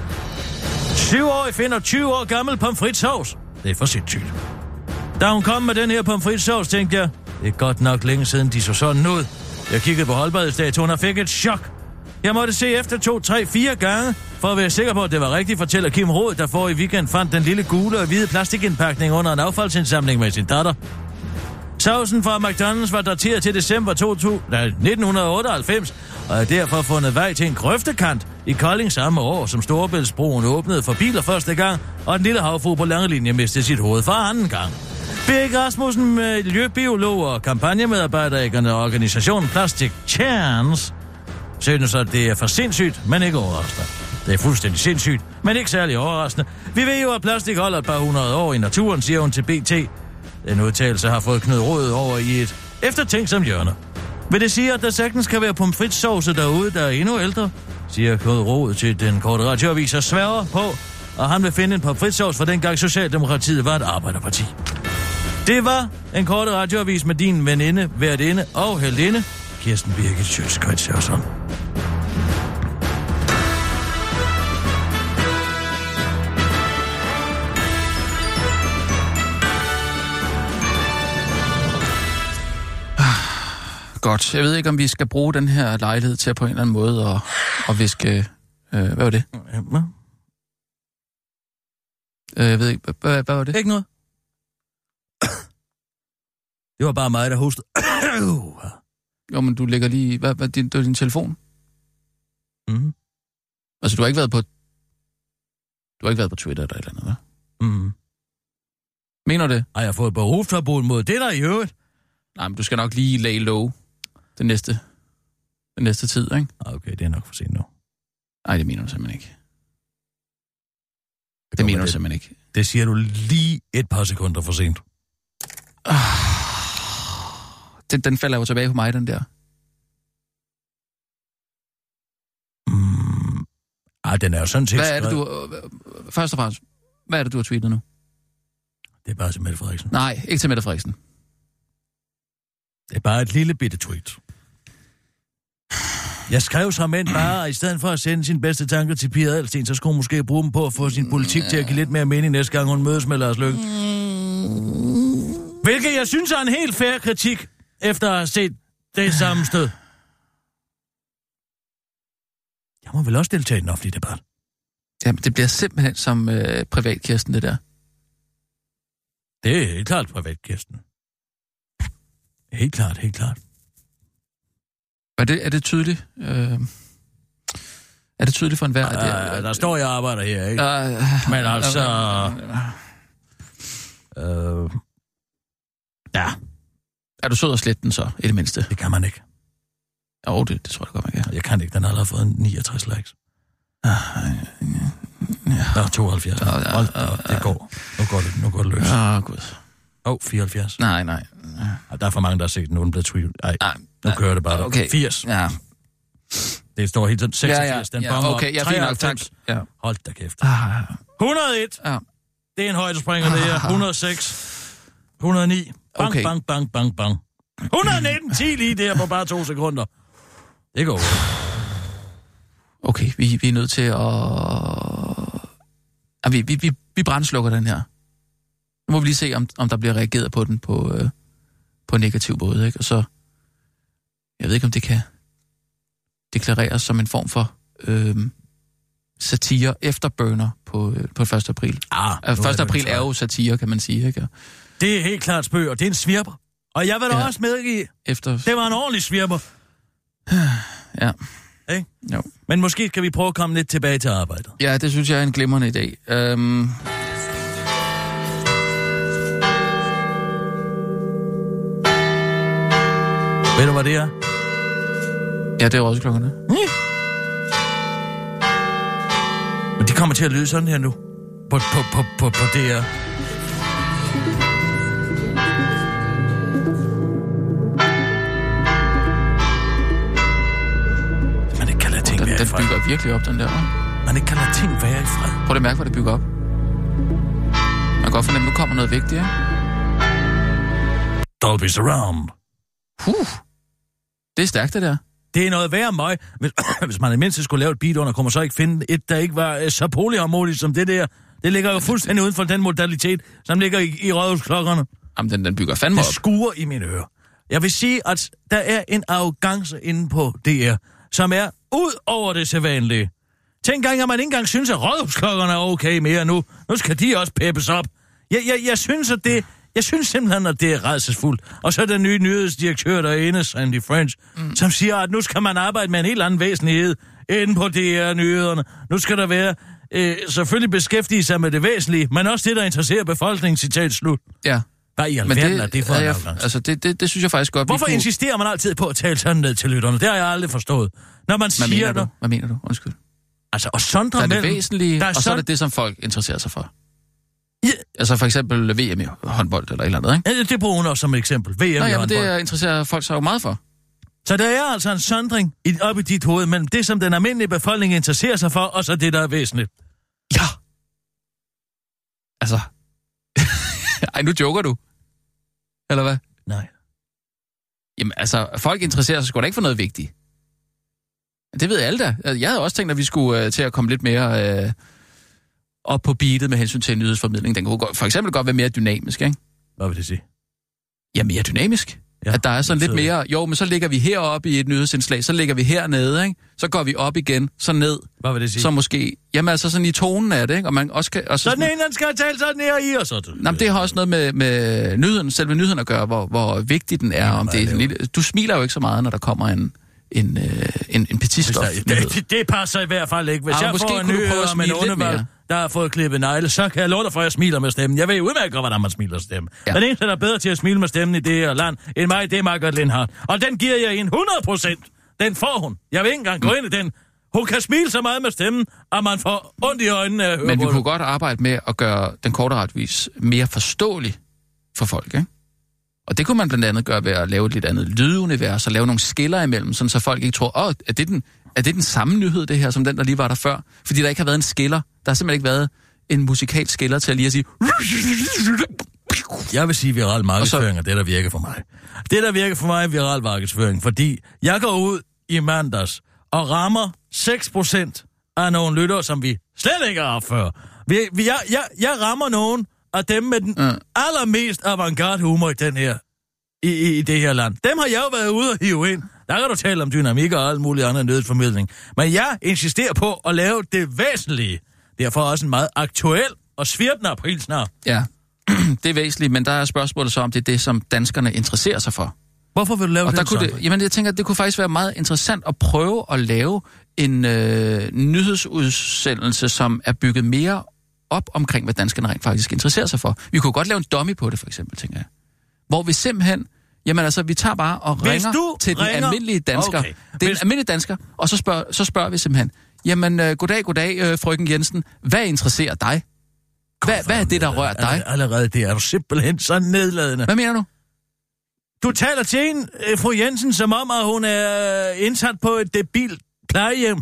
C: syv-årig finder tyve år gammel pomfritsovs. Det er for sindssygt. Da hun kom med den her pomfritsovs, tænkte jeg, det er godt nok længe siden, de så sådan ud. Jeg kiggede på holdbarhedsdatoen og fik et chok. Jeg måtte se efter to, tre, fire gange, for at være sikker på, at det var rigtigt, fortæller Kim Roth, der for i weekend fandt den lille gule og hvide plastikindpakning under en affaldsindsamling med sin datter. Sovsen fra McDonald's var dateret til december nitten otteoghalvfems, og er derfor fundet vej til en grøftekant i Kolding samme år, som Storebæltsbroen åbnede for biler første gang, og den lille havfrue på Langelinje mistede sit hoved for anden gang. Birk Rasmussen, miljøbiolog og kampagnemedarbejder i organisationen Plastic Chance, synes, at det er for sindssygt, men ikke overraskende. Det er fuldstændig sindssygt, men ikke særlig overraskende. Vi ved jo, at plastik holder et par hundrede år i naturen, siger hun til B T. Den udtalelse har fået Knud Rod over i et eftertænksomt hjørne. Vil det sige, at der sagtens kan være pomfritsauce derude, der er endnu ældre? Siger Knud Rod til den korte radioavis og sværger på, og han vil finde en pomfritsauce for dengang Socialdemokratiet var et arbejderparti. Det var en korte radioavis med din veninde, værtinde og heldinde, Kirsten Birgit Schøtz-Krets Hørsholm.
B: Godt. Jeg ved ikke, om vi skal bruge den her lejlighed til at på en eller anden måde at, at viske Øh, hvad var det?
C: Hvad?
B: Øh, jeg ved ikke, hvad, hvad, hvad var det?
C: Ikke noget. Det var bare mig, der hostede.
B: Jo, men du lægger lige... Hvad, hvad din, det var din telefon?
C: Mhm.
B: Altså, du har ikke været på... Du har ikke været på Twitter eller et eller andet, hva'?
C: Mhm.
B: Mener du det?
C: Har jeg fået berufsforbud mod det der i øvrigt?
B: Nej, men du skal nok lige lay low den næste, den næste tid, ikke?
C: Okay, det er nok for sent nu.
B: Nej, det mener du simpelthen ikke. Det,
C: Det
B: det mener du
C: det.
B: simpelthen ikke.
C: Det siger du lige et par sekunder for sent.
B: Ah, den, den falder jo tilbage på mig, den der.
C: Mm. Ej, den er jo sådan set
B: Hvad er det,
C: skrevet-
B: du... øh, Først og fremmest, hvad er det, du har tweetet nu?
C: Det er bare til Mette Frederiksen.
B: Nej, ikke til Mette Frederiksen.
C: Det er bare et lille bitte tweet. Jeg skrev som end bare, at i stedet for at sende sine bedste tanker til Pia Adelsteen, så skulle hun måske bruge dem på at få sin politik til at give lidt mere mening næste gang, hun mødes med Lars Løkke. Hvilket jeg synes er en helt fair kritik, efter at have set det sammenstød. Jeg må vel også deltage i den offentlige debat.
B: Jamen, det bliver simpelthen som øh, privat Kirsten, det der.
C: Det er helt klart privat, Kirsten. Helt klart, helt klart.
B: Er det, er det tydeligt? Øh, er det tydeligt for enhver?
C: Ja,
B: at det,
C: der står, jeg arbejder her, ikke?
B: Øh,
C: Men altså... Øh, ja,
B: Er du sød og slet den så, i det mindste?
C: det kan man ikke.
B: Jo, det, det tror jeg godt, man kan.
C: Jeg kan ikke, den har allerede fået niogtres likes. Nå, tooghalvfjerds.
B: Ja, ja,
C: Hold da op, det går. Nu går det, nu går det løs.
B: Åh, oh, gud.
C: Åh, oh, fireoghalvfjerds.
B: Nej, nej.
C: Ej, der er for mange, der har set den, nu er den blevet tweetet. Ej,
B: nej
C: nu
B: nej.
C: kører det bare der.
B: Okay.
C: firs.
B: Ja.
C: Det står helt sådan. seksogfirs.
B: Ja, ja,
C: Den
B: ja,
C: bonger op.
B: okay, ja, fint nok, tak.
C: treoghalvfems.
B: Ja.
C: Hold da kæft.
B: Ah,
C: et hundrede og et.
B: ja.
C: Det er en højdespringer, det her. et hundrede og seks. et hundrede og ni. Bang,
B: Okay.
C: bang, bang, bang, bang. et hundrede og nitten. ti lige der på bare to sekunder. Det går godt.
B: Okay, vi, vi er nødt til at... Ja, vi, vi, vi, vi brændslukker den her. Nu må vi lige se, om, om der bliver reageret på den på, øh, på en negativ måde, ikke? Og så... Jeg ved ikke, om det kan deklareres som en form for øh, satire efterburner på, øh, på første april.
C: Ah,
B: Altså, første april er jo satire, kan man sige, ikke?
C: Det er helt klart spøg, og det er en svirper. Og jeg vil da
B: Ja.
C: også medgive,
B: Efter...
C: det var en ordentlig svirper.
B: Ja.
C: Ikke?
B: Jo.
C: Men måske skal vi prøve at komme lidt tilbage til arbejdet.
B: Ja, det synes jeg er en glimrende idé. Øhm...
C: Ved du, hvad det er?
B: Ja, det er også klokkerne.
C: Mm. Men de kommer til at lyde sådan her nu. På, på, på, på, på det her. Man ikke kan lade ting
B: Den,
C: være i
B: den
C: fred.
B: bygger virkelig op, den der, hva'?
C: Man ikke kan lade ting være i fred.
B: Prøv lige at mærke, hvad det bygger op. Man kan godt fornemme, at nu kommer noget vigtigt, ikke?
C: Dolby Surround.
B: Huh. Det er stærkt, det der.
C: Det er noget værre møg. Hvis, hvis man i mindst skulle lave et beat under, kunne man så ikke finde et, der ikke var uh, så polyharmonisk som det der. Det ligger jo fuldstændig uden for den modalitet, som ligger i, i rådhusklokkerne.
B: Jamen, den, den bygger fandme
C: Det
B: op.
C: skuer i mine ører. Jeg vil sige, at der er en arrogance inde på D R, som er ud over det sædvanlige. Tænk engang, at man ikke engang synes, at rådhusklokkerne er okay mere nu. Nu skal de også peppes op. Jeg, jeg, jeg synes, at det... Jeg synes simpelthen, at det er rædselsfuldt. Og så er den nye nyhedsdirektør derinde, Sandy French, mm. som siger, at nu skal man arbejde med en helt anden væsentlighed inde på D R-nyhederne. Nu skal der være øh, selvfølgelig beskæftige sig med det væsentlige, men også det, der interesserer befolkningen, citat slut.
B: Ja.
C: Hvad i
B: Men
C: alverden er
B: det,
C: det for
B: er
C: en
B: jeg,
C: afgang?
B: altså, det, det, det synes jeg faktisk godt,
C: Hvorfor
B: vi kunne...
C: insisterer man altid på at tale sådan ned til lytterne? Det har jeg aldrig forstået. Når man
B: Hvad
C: siger...
B: mener du?
C: Der,
B: Hvad mener du? Undskyld.
C: altså, og sondre
B: Der er det
C: mellem...
B: væsentlige,
C: der er
B: og så er
C: sådan-
B: det det, som folk interesserer sig for.
C: Ja.
B: Altså for eksempel V M i håndbold eller et eller andet, ikke?
C: Ja, det bruger hun også som et eksempel. V M
B: Nå,
C: i
B: ja, men
C: håndbold.
B: det interesserer folk sig jo meget for.
C: Så der er altså en sondring i- op i dit hoved mellem det, som den almindelige befolkning interesserer sig for, og så det, der er væsentligt.
B: Ja. Altså. Ej, nu joker du. Eller hvad?
C: Nej.
B: Jamen, altså, folk interesserer sig sgu da ikke for noget vigtigt. Det ved alle da. Jeg havde også tænkt, at vi skulle uh, til at komme lidt mere uh, op på beatet med hensyn til nyhedsformidling. Den kunne godt, for eksempel godt være mere dynamisk, ikke?
C: Hvad vil det sige?
B: Ja, mere dynamisk. Ja, at der er sådan lidt mere, jo, men så ligger vi heroppe i et nyhedsindslag, så ligger vi hernede, ikke? Så går vi op igen, så ned.
C: Hvad vil det sige?
B: Så måske, jamen altså sådan i tonen af det, ikke? Og man også kan... Og så,
C: så den ene, den skal tale sådan her i, og så...
B: Jamen, det har også noget med, med nyheden, selve nyheden at gøre, hvor, hvor vigtig den er. Om det er en lille, du smiler jo ikke så meget, når der kommer en... en, øh, en, en petitstof.
C: Det, det, det passer i hvert fald ikke. Hvis
B: ja,
C: jeg får en nyhed om en undervalg, der har fået klippet negle, så kan jeg love dig for, at jeg smiler med stemmen. Jeg ved udmærket godt, hvordan man smiler med stemmen. Ja. Den eneste, der er bedre til at smile med stemmen i det her land, end mig, det er Margaret Lindhardt. Og den giver jeg en hundrede procent. Den får hun. Jeg vil ikke engang gå ind i den. Hun kan smile så meget med stemmen, at man får ondt i øjnene af at høre.
B: Men vi kunne godt arbejde med at gøre den korte retvis mere forståelig for folk, ikke? Og det kunne man blandt andet gøre ved at lave et lidt andet lydunivers og lave nogle skiller imellem, sådan så folk ikke tror, åh, er det, den, er det den samme nyhed, det her, som den, der lige var der før? Fordi der ikke har været en skiller. Der har simpelthen ikke været en musikalsk skiller til at lige at sige...
C: Jeg vil sige viral markedsføring, og det, der virker for mig. Det, der virker for mig, er viral markedsføring, fordi jeg går ud i mandags og rammer seks procent af nogle lyttere, som vi slet ikke har haft før. Vi, vi, jeg, jeg, jeg rammer nogen af dem med den mm. allermest avantgarde humor i, den her, i, i, i det her land. Dem har jeg jo været ude og hive ind. Der kan du tale om dynamik og alt muligt andet nyhedsformidling. Men jeg insisterer på at lave det væsentlige. Derfor også en meget aktuel og svirpende april snart.
B: Ja, det er væsentligt, men der er spørgsmålet så, om det er det, som danskerne interesserer sig for.
C: Hvorfor vil du lave
B: og
C: det?
B: Der kunne det jamen, jeg tænker, at det kunne faktisk være meget interessant at prøve at lave en øh, nyhedsudsendelse, som er bygget mere op omkring, hvad danskerne rent faktisk interesserer sig for. Vi kunne godt lave en dummy på det, for eksempel, tænker jeg. Hvor vi simpelthen, jamen altså, vi tager bare og ringer til ringer... den almindelige dansker. Okay. Det er Hvis... en almindelig dansker, og så spørger, så spørger vi simpelthen, jamen, øh, goddag, goddag, øh, frøken Jensen, hvad interesserer dig? Hvad, God, hvad er det, der rører dig?
C: Allerede det er du simpelthen så nedladende.
B: Hvad mener du?
C: Du taler til en, øh, fru Jensen, som om, at hun er indsat på et debil plejehjem.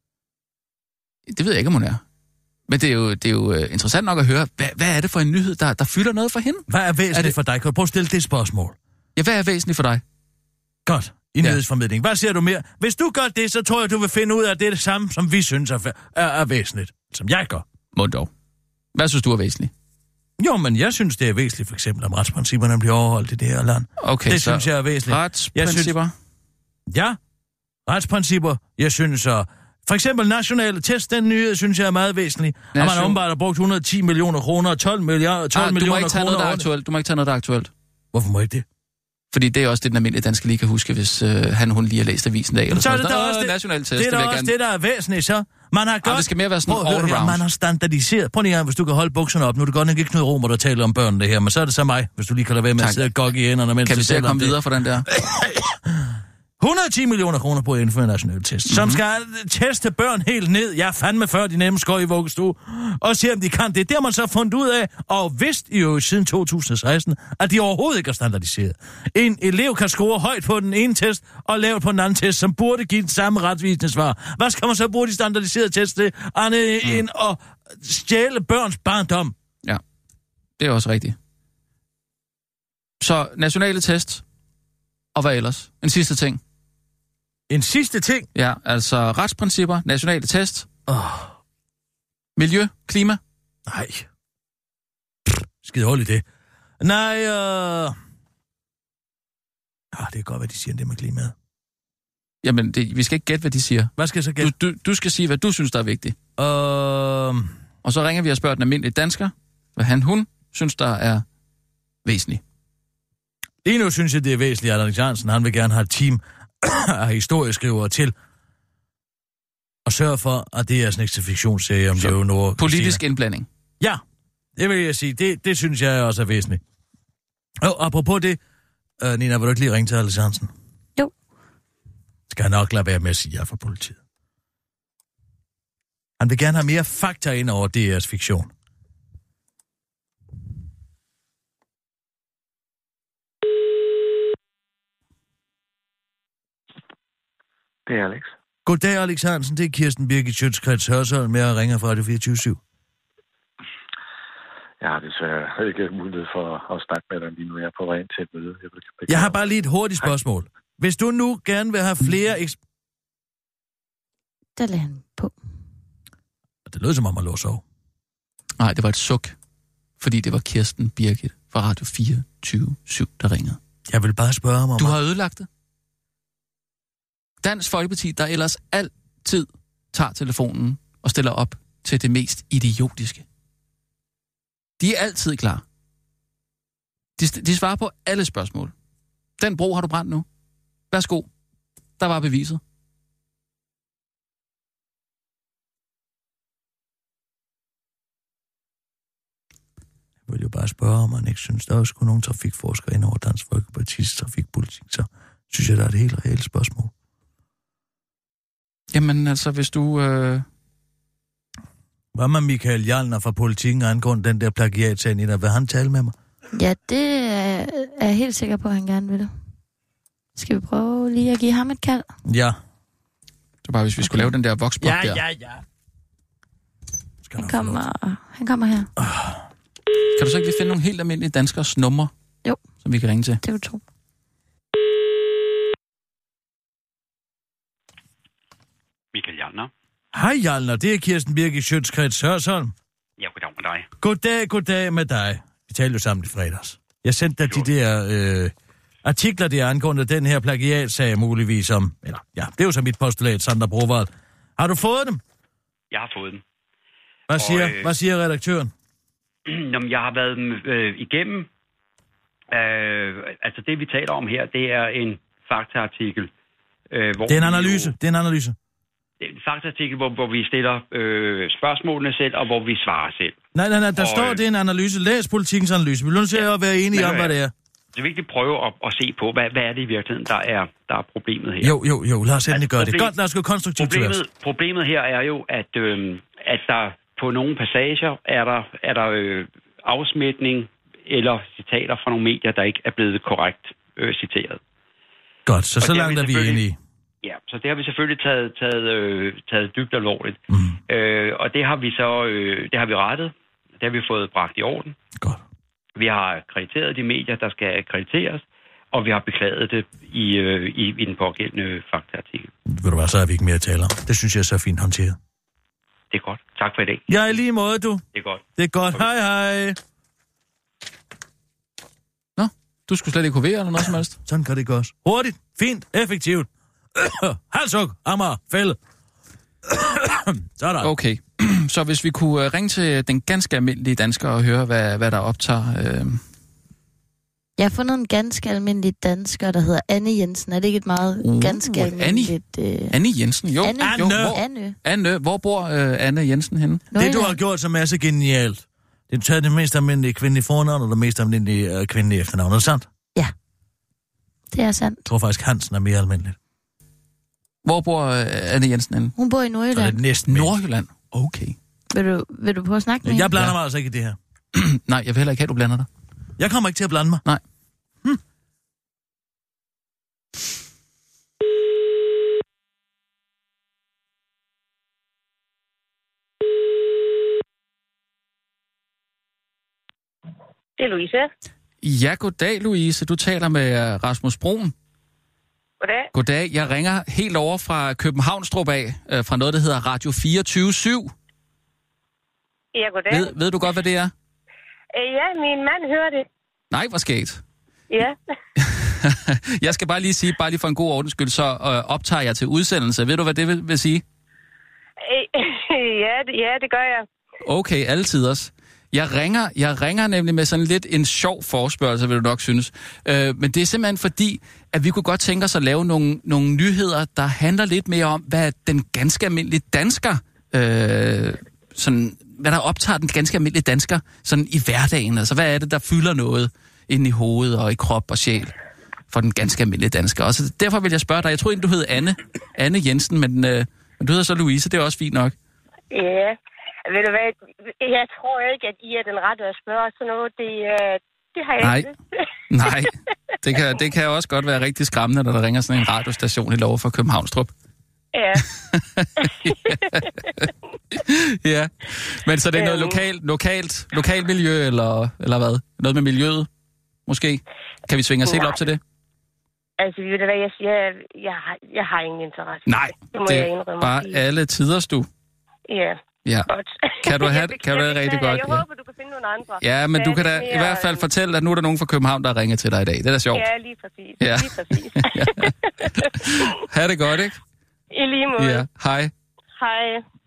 B: Det ved jeg ikke, om hun er. Men det er jo, det er jo interessant nok at høre, hvad, hvad er det for en nyhed, der, der fylder noget for hende?
C: Hvad er væsentligt er det... for dig? Kan du prøve at stille det spørgsmål?
B: Ja, hvad er væsentligt for dig?
C: Godt. I ja. Nyhedsformidling. Hvad siger du mere? Hvis du gør det, så tror jeg, du vil finde ud af, at det er det samme, som vi synes er, er, er væsentligt. Som jeg gør.
B: Må dog. Hvad synes du er væsentligt?
C: Jo, men jeg synes, det er væsentligt, for eksempel, om retsprincipperne bliver overholdt i det her land.
B: Okay,
C: det
B: så
C: synes jeg er væsentligt.
B: Retsprincipper?
C: Jeg synes... Ja, retsprincipper. Jeg synes så... For eksempel nationale test, den nyhed, synes jeg er meget væsentlig. Nation... Og man har åbenbart brugt et hundrede og ti millioner kroner, tolv milliarder, tolv ah, millioner kroner.
B: Noget, der er aktuelt. Du må ikke tage noget, der er aktuelt.
C: Hvorfor må jeg ikke det?
B: Fordi det er også det, den almindelige danske lige kan huske, hvis øh, han hun lige har læst avisen af. Eller
C: så er det
B: der
C: også det,
B: nationale test,
C: det, er
B: det,
C: også
B: gerne...
C: det, der er væsentligt, så. Man har godt...
B: Ah, det skal mere være sådan all around.
C: Her, man har standardiseret. Prøv lige, hvis du kan holde bukserne op. Nu er det godt nok ikke Knud Romer, der taler om børnene det her, men så er det så mig, hvis du lige kan lade være med tak. At sidde og gokke i hænderne.
B: Kan vi se at komme videre fra den der?
C: et hundrede og ti millioner kroner på at indføre en national test, mm-hmm. som skal teste børn helt ned. Jeg fandme før de nemme skår i vuggestue. Og se, om de kan det. Det har man så fundet ud af, og vidst jo siden to tusind og seksten, at de overhovedet ikke er standardiseret. En elev kan score højt på den ene test, og lavt på den anden test, som burde give den samme retvisende svar. Hvad skal man så bruge de standardiserede test til? Andet mm. end at stjæle børns barndom.
B: Ja, det er også rigtigt. Så nationale test, og hvad ellers? En sidste ting.
C: En sidste ting?
B: Ja, altså retsprincipper, nationale test. Oh. Miljø, klima.
C: Nej. Skide hold i det. Nej, øh... Ah, det er godt, hvad de siger, det med klimaet.
B: Jamen, det, vi skal ikke gætte, hvad de siger.
C: Hvad skal jeg så gætte?
B: Du, du, du skal sige, hvad du synes, der er vigtigt.
C: Øh...
B: Og så ringer vi og spørger den almindelige dansker, hvad han, hun, synes, der er væsentligt.
C: Lige nu synes jeg, det er væsentligt, at Alex Hansen, han vil gerne have et team af historieskrivere til at sørge for, at det er sådan en fiktionsserie om Leonora.
B: Politisk indblanding.
C: Ja, det vil jeg sige. Det, det synes jeg også er væsentligt. Og apropos det, øh, Nina, vil du ikke lige ringe til Alex Hansen?
E: Jo.
C: Skal han nok lade være med at sige ja for politiet. Han vil gerne have mere fakta ind over D R's fiktion.
D: Det er Alex.
C: Goddag, Alex Hansen. Det er Kirsten Birgit Schøtz-Krets Hørsholm med at ringe fra Radio fireogtyve syv.
D: Jeg har desværre ikke mulighed for at snakke med dig lige nu. Jeg er på vej ind til et møde. Jeg, vil...
C: jeg har bare lige et hurtigt spørgsmål. Hvis du nu gerne vil have flere... Eks-
E: Der lagde han på.
C: Det lød som om, man lå sove.
B: Nej, det var et suk. Fordi det var Kirsten Birgit fra Radio fireogtyve syv, der ringede.
C: Jeg vil bare spørge mig.
B: Du har ødelagt det. Dansk Folkeparti, der ellers altid tager telefonen og stiller op til det mest idiotiske. De er altid klar. De, de svarer på alle spørgsmål. Den bro har du brændt nu. Værsgo. Der var beviset.
C: Jeg vil jo bare spørge, om man ikke synes, der er også nogle trafikforskere ind over Dansk Folkepartis trafikpolitik, så synes jeg, der er et helt reelt spørgsmål.
B: Jamen altså, hvis du... Øh...
C: Hvad med Michael Jalner fra Politikken angående den der plagiatsag, Nina? Vil han tale med mig?
E: Ja, det er, er jeg helt sikker på, at han gerne vil. Skal vi prøve lige at give ham et kald?
C: Ja.
B: Det var bare, hvis vi okay. skulle lave den der voxpop
C: ja,
B: der.
C: Ja, ja, ja.
E: Han kommer, han kommer her.
C: Uh.
B: Kan du så ikke lige finde nogle helt almindelige danskers numre?
E: Jo.
B: Som vi kan ringe til?
E: Det er to.
F: Michael Jalner.
C: Hej Jalner, det er Kirsten Birgit Schøtz-Krets Hørsholm.
F: Ja, goddag med dig.
C: Goddag, goddag med dig. Vi talte jo sammen i fredags. Jeg sendte dig de der øh, artikler, der angående den her plagiatsag muligvis om... Eller, ja, det er jo så mit postulat, Sander Brovold. Har du fået dem?
F: Jeg har fået dem.
C: Hvad siger,
F: og, øh,
C: hvad siger redaktøren?
F: Jamen, jeg har været øh, igennem... Øh, altså, det vi taler om her, det er en faktaartikel. Øh, hvor
C: det er en analyse,
F: jo,
C: det er en analyse.
F: Det er en faktaartikel, hvor, hvor vi stiller øh, spørgsmålene selv, og hvor vi svarer selv.
C: Nej, nej, nej, der
F: og,
C: står, det er en analyse. Læs Politikens analyse. Vi er nødt til at være enige om, hvad det er.
F: Det er vigtigt at prøve at, at se på, hvad, hvad er det i virkeligheden, der er, der er problemet her.
C: Jo, jo, jo, lad os endelig
F: altså,
C: gøre
F: problem,
C: det. Godt, lad os gå konstruktivt til
F: problemet, problemet her er jo, at, øh, at der på nogle passager er der, er der øh, afsmitning eller citater fra nogle medier, der ikke er blevet korrekt øh, citeret.
C: Godt, så
F: og
C: så langt er vi enige.
F: Ja, så det har vi selvfølgelig taget, taget, øh, taget dybt alvorligt.
C: Mm.
F: Øh, og det har vi så øh, det har vi rettet. Det har vi fået bragt i orden.
C: Godt.
F: Vi har krediteret de medier, der skal krediteres, og vi har beklaget det i, øh, i, i den pågældende faktaartikel.
C: Ved du hvad, så er vi ikke mere at tale om. Det synes jeg er så fint håndteret.
F: Det er godt. Tak for i dag.
C: Ja, i lige måde, du.
F: Det er godt.
C: Det er godt. Hej, hej.
B: Nå, du skulle slet ikke hovere eller noget som helst.
C: Sådan kan det gøres. Hurtigt, fint, effektivt. Halsuk, Amager, fælde. Sådan.
B: Okay, så hvis vi kunne ringe til den ganske almindelige dansker og høre, hvad, hvad der optager... Øh...
E: Jeg har fundet en ganske almindelig dansker, der hedder Anne Jensen. Er det ikke et meget uh, ganske almindeligt...
B: Anne, øh... Anne Jensen, jo.
E: Anne.
B: jo
C: Anne.
B: hvor,
E: Anne.
B: Anne. Hvor bor øh, Anne Jensen henne?
C: Det, du har gjort, som er så genialt. Det er taget det mest almindelige kvindelige fornavn, og det mest almindelige øh, kvindelige efternavn. Er det sandt?
E: Ja, det er sandt.
C: Jeg tror faktisk, Hansen er mere almindeligt.
B: Hvor bor øh, Anne Jensen henne?
E: Hun bor i
C: Så
E: Nordjylland.
C: det er næsten
B: Nordjylland. Okay.
E: Vil du, vil du prøve at snakke med
C: Jeg
E: hende?
C: blander
B: Ja.
C: mig altså ikke i det her.
B: Nej, jeg vil heller ikke have, at du blander dig.
C: Jeg kommer ikke til at blande mig.
B: Nej.
C: Hm.
G: Det er Louise.
B: Ja, goddag, Louise. Du taler med øh, Rasmus Broen.
G: Goddag.
B: Goddag. Jeg ringer helt over fra Københavnstrup af, øh, fra noget, der hedder Radio fireogtyve syv.
G: Ja, goddag.
B: Ved, ved du godt, hvad det er?
G: Øh, ja, min mand hører det.
B: Nej, hvor skægt.
G: Ja.
B: Jeg skal bare lige sige, bare lige for en god ordens skyld, så øh, optager jeg til udsendelse. Ved du, hvad det vil, vil sige?
G: Øh, ja, det, ja, det gør jeg.
B: Okay, alle tiders. Jeg ringer, jeg ringer nemlig med sådan lidt en sjov forespørgsel, vil du nok synes. Øh, men det er simpelthen fordi, at vi kunne godt tænke os at lave nogle, nogle nyheder, der handler lidt mere om, hvad den ganske almindelige dansker, øh, sådan, hvad der optager den ganske almindelige dansker sådan i hverdagen. Altså, hvad er det, der fylder noget inde i hovedet og i krop og sjæl for den ganske almindelige dansker. Og så derfor vil jeg spørge dig, jeg tror ikke, du hed Anne, Anne Jensen, men, øh, men du hedder så Louise, det er også fint nok.
G: Ja. Ved du hvad, jeg tror ikke, at I er den rette at spørge sådan noget. Det, uh, det har jeg
B: Nej.
G: ikke.
B: Nej, det kan, det kan også godt være rigtig skræmmende, når der ringer sådan en radiostation i lov for Københavnstrup.
G: Ja.
B: Ja, men så det er noget lokalt, lokalt, lokalt miljø, eller, eller hvad? Noget med miljøet, måske? Kan vi svinge os helt op til det?
G: Altså, ved du hvad, jeg siger, jeg har, jeg har ingen interesse.
B: Nej,
G: det må
B: det
G: jeg indrømme.
B: er bare alle tiders, du.
G: Ja.
B: Ja.
G: Godt.
B: Kan du have, kan du have
G: Jeg
B: rigtig
G: beklager.
B: godt?
G: Jeg
B: Ja.
G: håber, du kan finde nogle andre.
B: Ja, men
G: Der
B: du
G: er
B: kan
G: lidt
B: da
G: mere,
B: i hvert fald
G: øh,
B: fortælle, at nu er der nogen fra København, der ringer til dig i dag. Det er da sjovt.
G: Ja, lige præcis.
B: Ja.
G: Lige præcis.
B: Ha' det godt, ikke?
G: I lige måde.
B: Ja, hej.
G: Hej.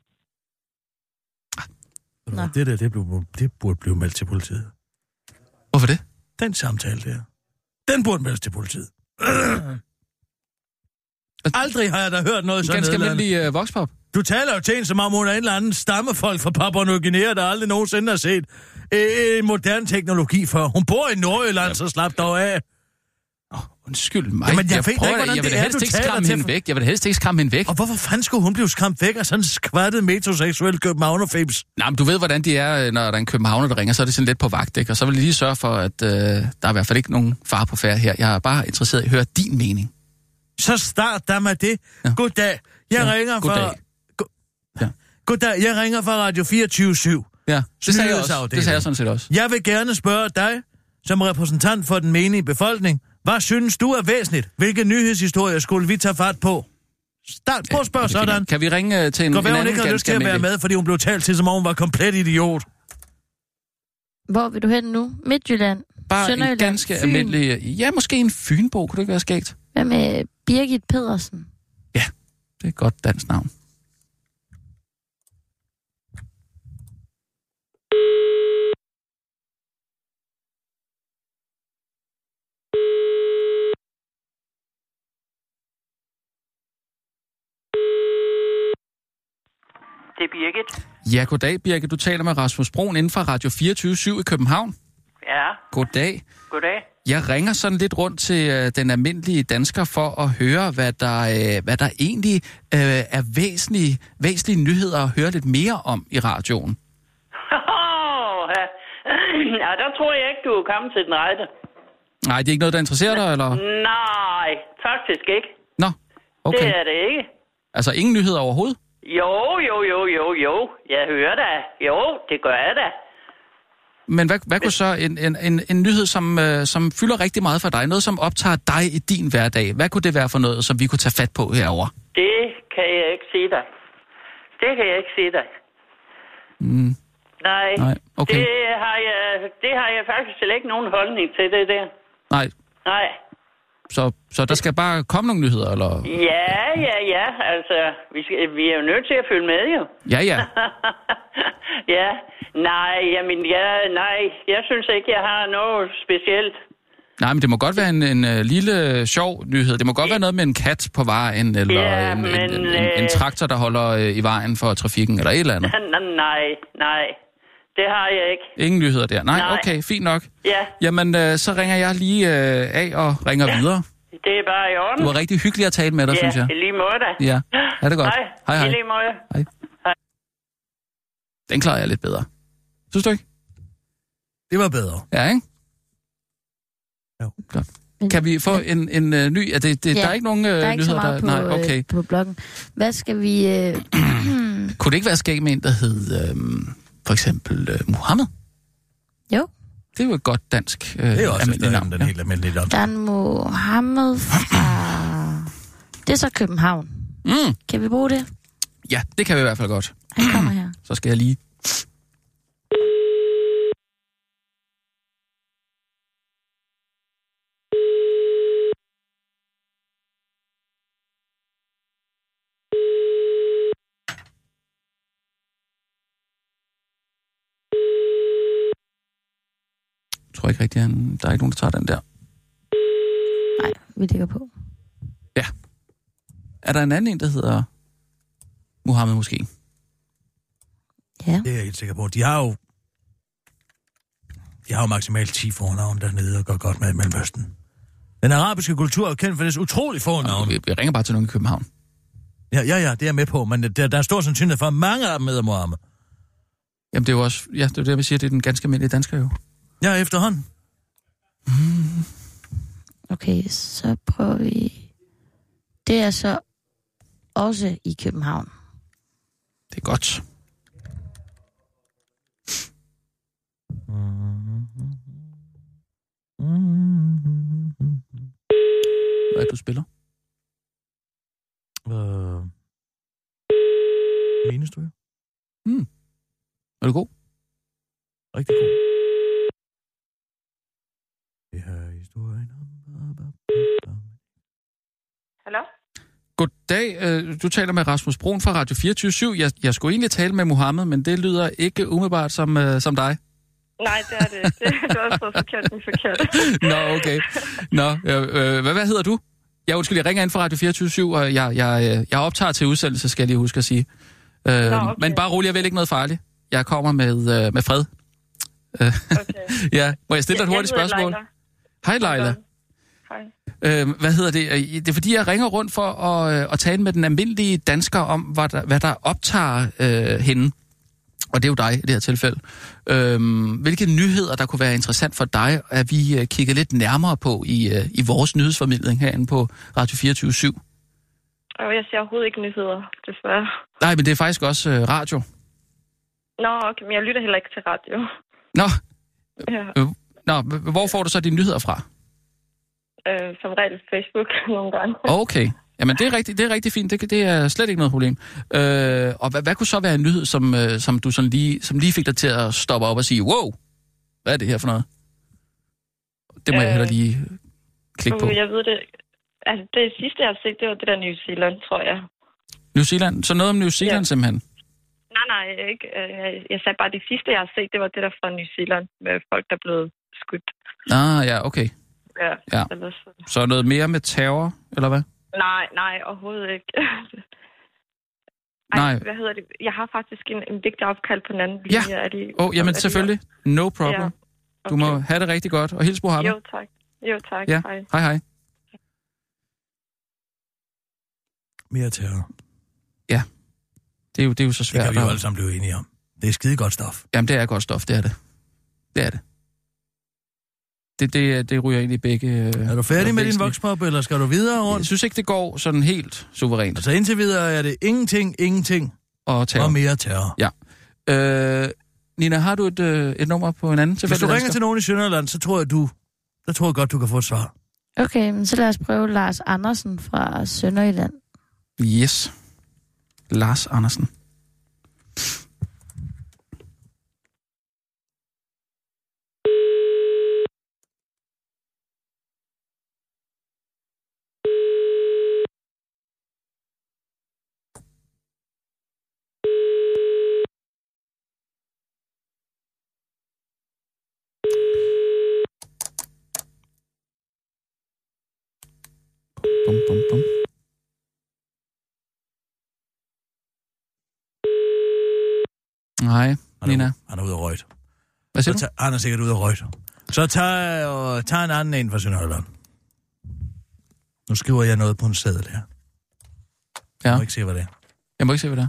E: Nå.
C: Det der, det, blev, det burde blive meldt til politiet.
B: Hvorfor det?
C: Den samtale der. Den burde meldes til politiet. Aldrig har jeg da hørt noget sådan
B: Ganske
C: noget.
B: almindelig uh, voxpop.
C: Du taler jo til en, som om hun er en eller anden stammefolk fra Papua Ny Guinea, der aldrig nogensinde har set øh, en moderne teknologi før. Hun bor i Nordjylland, ja. Så slap dog af.
B: Oh, undskyld mig.
C: Jamen, jeg, jeg ved
B: prøver,
C: ikke, hvordan
B: jeg vil
C: det er,
B: helst
C: du
B: ikke
C: taler
B: skræmme
C: til...
B: hende væk. Jeg vil helst ikke skræmme hende væk.
C: Og hvorfor fanden skulle hun blive skræmt væk af sådan en skvattet metroseksuel københavnerfibs?
B: Nej, men du ved, hvordan de er, når der er en københavner, der ringer, så er det sådan lidt på vagt, ikke? Og så vil jeg lige sørge for, at øh, der er i hvert fald ikke nogen fare på færd her. Jeg er bare interesseret i at høre din mening.
C: Så start da med det. Ja. Goddag. Jeg
B: ja.
C: ringer
B: Goddag.
C: fra... Go...
B: Ja.
C: Goddag, jeg ringer fra Radio fireogtyve syv.
B: Ja, det sagde, jeg også. det sagde jeg sådan set også.
C: Jeg vil gerne spørge dig, som repræsentant for den menige befolkning, hvad synes du er væsentligt? Hvilke nyhedshistorier skulle vi tage fat på? Start på at spørge ja, sådan.
B: Kan vi ringe uh, til en,
C: Gå
B: en
C: være,
B: anden
C: hun ikke har lyst til at være med, fordi hun blev talt til, som om hun var komplet idiot.
E: Hvor vil du hen nu? Midtjylland?
B: Bare en ganske
E: Fyn.
B: almindelig... Ja, måske en Fynbo. Kunne det ikke være skægt?
E: Hvad med Birgit Pedersen?
B: Ja, det er et godt dansk navn.
H: Det er Birgit.
B: Ja, goddag, Birgit. Du taler med Rasmus Broen inden fra Radio fireogtyve syv i København.
H: Ja.
B: Goddag.
H: Goddag.
B: Jeg ringer sådan lidt rundt til øh, den almindelige dansker for at høre, hvad der, øh, hvad der egentlig øh, er væsentlige, væsentlige nyheder at høre lidt mere om i radioen.
H: ja. ja, der tror jeg ikke, du er kommet til den rette.
B: Nej, det er ikke noget, der interesserer dig, eller?
H: Nej, faktisk ikke.
B: Nå, okay.
H: Det er det ikke.
B: Altså ingen nyheder overhovedet?
H: Jo, jo, jo, jo, jo. Jeg hører da. Jo, det gør jeg da.
B: Men hvad, hvad kunne så en, en, en, en nyhed, som, øh, som fylder rigtig meget for dig, noget som optager dig i din hverdag, hvad kunne det være for noget, som vi kunne tage fat på herover?
H: Det kan jeg ikke sige dig. Det kan jeg ikke sige dig.
B: Mm.
H: Nej,
B: Nej, okay.
H: det, har jeg, det har jeg faktisk slet ikke nogen holdning til, det der.
B: Nej.
H: Nej.
B: Så, så der skal bare komme nogle nyheder, eller?
H: Ja, ja, ja. Altså, vi, skal, vi er jo nødt til at følge med, jo.
B: Ja, ja.
H: ja. Nej, jamen, ja, nej. Jeg synes ikke, jeg har noget specielt.
B: Nej, men det må godt være en, en, en lille sjov nyhed. Det må godt være noget med en kat på vejen, eller
H: ja,
B: en,
H: men,
B: en, en, en, en traktor, der holder øh, i vejen for trafikken, eller et eller andet.
H: nej, nej. Det har jeg ikke.
B: Ingen nyheder der. Nej,
H: nej.
B: Okay, fint nok.
H: Ja.
B: Jamen, øh, så ringer jeg lige øh, af og ringer ja. videre.
H: Det er bare i orden.
B: Det var rigtig hyggeligt at tale med dig,
H: ja,
B: synes jeg.
H: Ja, i lige måde da.
B: Ja, er det godt.
H: Hej,
B: hej. hej.
H: I lige måde.
B: Hej.
H: Hej.
B: Den klarer jeg lidt bedre. Synes du ikke?
C: Det var bedre.
B: Ja, ikke?
C: Jo.
B: Godt. Kan vi få en, en uh, ny... Ja, det, det,
E: ja,
B: der er ikke nogen uh,
E: der er ikke
B: nyheder,
E: så meget
B: der...
E: på,
B: Nej, okay.
E: øh, på bloggen. Hvad skal vi... Øh...
B: Kunne det ikke være skægt med en, der hed... Øh, for eksempel øh, Mohammed?
E: Jo.
B: Det er jo et godt dansk øh,
C: Det er også
B: almindeligt navn.
C: den ja. helt almindelige navn.
E: Dan Mohammed fra... Det er så København.
B: Mm.
E: Kan vi bruge det?
B: Ja, det kan vi i hvert fald godt.
E: Han kommer her.
B: Så skal jeg lige... Jeg tror ikke rigtig, han... der er ikke nogen, der tager den der.
E: Nej, vi ligger på.
B: Ja. Er der en anden en, der hedder Mohammed måske?
E: Ja.
C: Det er jeg helt sikker på. De har jo... De har jo maksimalt ti fornavn dernede og går godt med i Mellemøsten. Den arabiske kultur er kendt for dets utrolig fornavn.
B: Vi, vi ringer bare til nogen i København.
C: Ja, ja, ja, det er jeg med på, men der, der er stor sandsynlighed for, at mange af dem hedder Mohammed.
B: Jamen, det er jo også... Ja, det er det, jeg vil sige, det er den ganske almindelige dansker jo.
C: Ja, efterhånden.
E: Mm. Okay, så prøver vi... Det er så også i København.
B: Det er godt. Hvad er det, du spiller?
C: Øh... Menes du?
B: Hmm. Er du god?
C: Rigtig god. Det her historien om...
G: Hallo?
B: Goddag, du taler med Rasmus Broen fra Radio fireogtyve syv. Jeg, jeg skulle egentlig tale med Mohammed, men det lyder ikke umiddelbart som, uh, som dig.
G: Nej, det er det. Det, det er også forkert, den forkert.
B: Nå, okay. Nå, øh, hvad, hvad hedder du? Jeg undskyld, jeg ringer ind fra Radio fireogtyve syv, og jeg, jeg, jeg optager til udsendelse, skal jeg lige huske at sige. Øh, Nå, okay. Men bare rolig, jeg vil ikke noget farligt. Jeg kommer med, øh, med fred. Okay. Ja, må jeg stille dig et hurtigt spørgsmål? Hej, Leila.
G: Hej.
B: Øh, hvad hedder det? Det er fordi, jeg ringer rundt for at, at tale med den almindelige dansker om, hvad der, hvad der optager øh, hende. Og det er jo dig i det her tilfælde. Øhm, hvilke nyheder, der kunne være interessant for dig, at vi uh, kigger lidt nærmere på i, uh, i vores nyhedsformidling herinde på Radio fireogtyve syv?
G: Jeg ser overhovedet ikke nyheder, desværre.
B: Nej, men det er faktisk også uh, radio.
G: Nå, okay, men jeg lytter heller ikke til radio.
B: Nå,
G: ja.
B: øh, Nå hvor får du så dine nyheder fra?
G: Øh, som regel Facebook nogle gange.
B: Okay. Jamen, det er rigtig, det er rigtig fint. Det, det er slet ikke noget problem. Øh, og hvad, hvad kunne så være en nyhed, som, øh, som du sådan lige, som lige fik dig til at stoppe op og sige, wow, hvad er det her for noget? Det må øh, jeg heller lige klikke på.
G: Jeg ved det. Altså, det sidste, jeg har set, det var det der New Zealand, tror jeg.
B: New Zealand? Så noget om New Zealand ja. Simpelthen? Nej,
G: nej, ikke. Jeg sagde bare, det sidste, jeg har set, det var det der fra New Zealand, med folk, der blev skudt.
B: Ah, ja, okay.
G: Ja.
B: ja. Så noget mere med terror, eller hvad?
G: Nej, nej, overhovedet ikke. Ej,
B: nej.
G: Hvad hedder det? Jeg har faktisk en, en vigtig opkald på den anden linje.
B: Ja,
G: er de,
B: oh, jamen
G: er
B: selvfølgelig. De no problem. Ja. Okay. Du må have det rigtig godt, og hils Mohammed.
G: Jo, tak. Jo, tak.
B: Ja.
G: Hej.
B: Hej, hej.
C: Mere terror.
B: Ja. Det er jo, det er jo så svært.
C: Det kan vi jo alle sammen blive enige om. Det er skide godt stof.
B: Jamen, det er godt stof, det er det. Det er det. Det, det, det ryger egentlig i begge...
C: Er du færdig med din vokspop, eller skal du videre rundt?
B: Jeg synes ikke, det går sådan helt suverænt.
C: Altså indtil videre er det ingenting, ingenting
B: og, terror.
C: Og mere terror.
B: Ja. Øh, Nina, har du et, øh, et nummer på en anden?
C: Hvis du ringer dansker? Til nogen i Sønderjylland, så tror jeg, du, så tror jeg godt, du kan få et svar.
E: Okay, men så lad os prøve Lars Andersen fra Sønderjylland.
B: Yes. Lars Andersen. Bum, bum, bum. Nej, Nina.
C: Han er, han er ude af røget.
B: Hvad siger
C: du?
B: Tager,
C: han er sikkert ude af røget. Så tag, og, tag en anden en fra Sønderjylland. Nu skriver jeg noget på en seddel her.
B: Ja.
C: Jeg må ikke se, hvad det er.
B: Jeg må ikke se, hvad det er.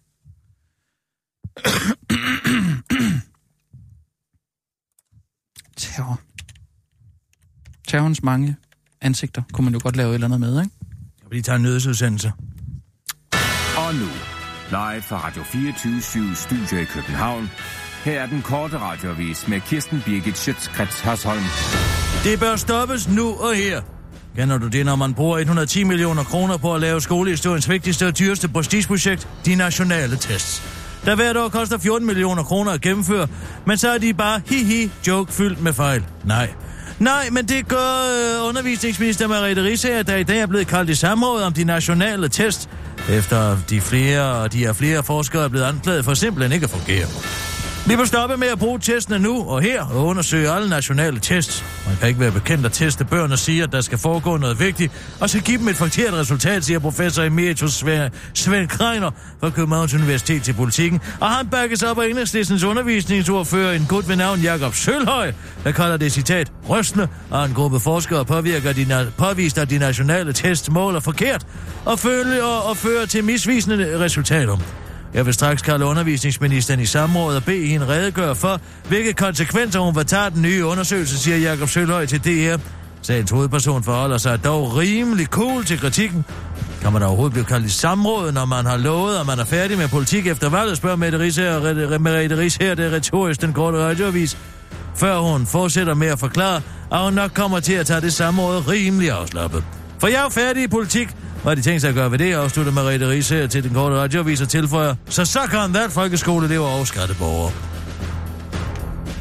B: Terror. Terrorens mange ansigter kunne man jo godt lave et eller andet med, ikke?
C: Jeg vil lige tage en nyhedsudsendelse.
I: Og nu, live fra Radio fireogtyve syv Studio i København. Her er den korte radioavis med Kirsten Birgit Schøtz-Krets Hørsholm.
C: Det bør stoppes nu og her. Kender du det, når man bruger et hundrede og ti millioner kroner på at lave skolehistoriens vigtigste og dyreste prestigeprojekt, de nationale tests? Der hvert år koster fjorten millioner kroner at gennemføre, men så er de bare hi-hi-joke fyldt med fejl. Nej. Nej, men det gør øh, undervisningsminister Merete Riisager, der i dag er blevet kaldt i samråd om de nationale test, efter de flere og de er flere forskere er blevet anklaget for simpelthen ikke at fungere. Vi må stoppe med at bruge testene nu og her og undersøge alle nationale tests. Man kan ikke være bekendt at teste børn og sige, at der skal foregå noget vigtigt, og så give dem et forkert resultat, siger professor emeritus Svend, Svend Kreiner fra Københavns Universitet til Politikken. Og han bakkes op af Enhedslistens undervisningsordfører, en gut ved navn Jakob Sølhøj, der kalder det citat rystende, og en gruppe forskere påvirker de, påvist, at de nationale tests måler forkert og, følger, og, og fører til misvisende resultater. Jeg vil straks kalde undervisningsministeren i samråd og bede hende redegøre for, hvilke konsekvenser hun vil tage den nye undersøgelse, siger Jakob Sølhøj til D R. Sagens hovedperson forholder sig dog rimelig cool til kritikken. Kan man overhovedet blive kaldt i samråd, når man har lovet, at man er færdig med politik efter valget, spørger Merete Riisager, det er retorisk den korte radioavis, før hun fortsætter med at forklare, at hun nok kommer til at tage det samråd rimelig afslappet. For jeg er jo færdig i politik. Hvad de tænkt sig at gøre ved det, afslutter Merete Riisager til den korte radioavis og tilføjer, så så kan that folkeskoleelever og skatteborgere.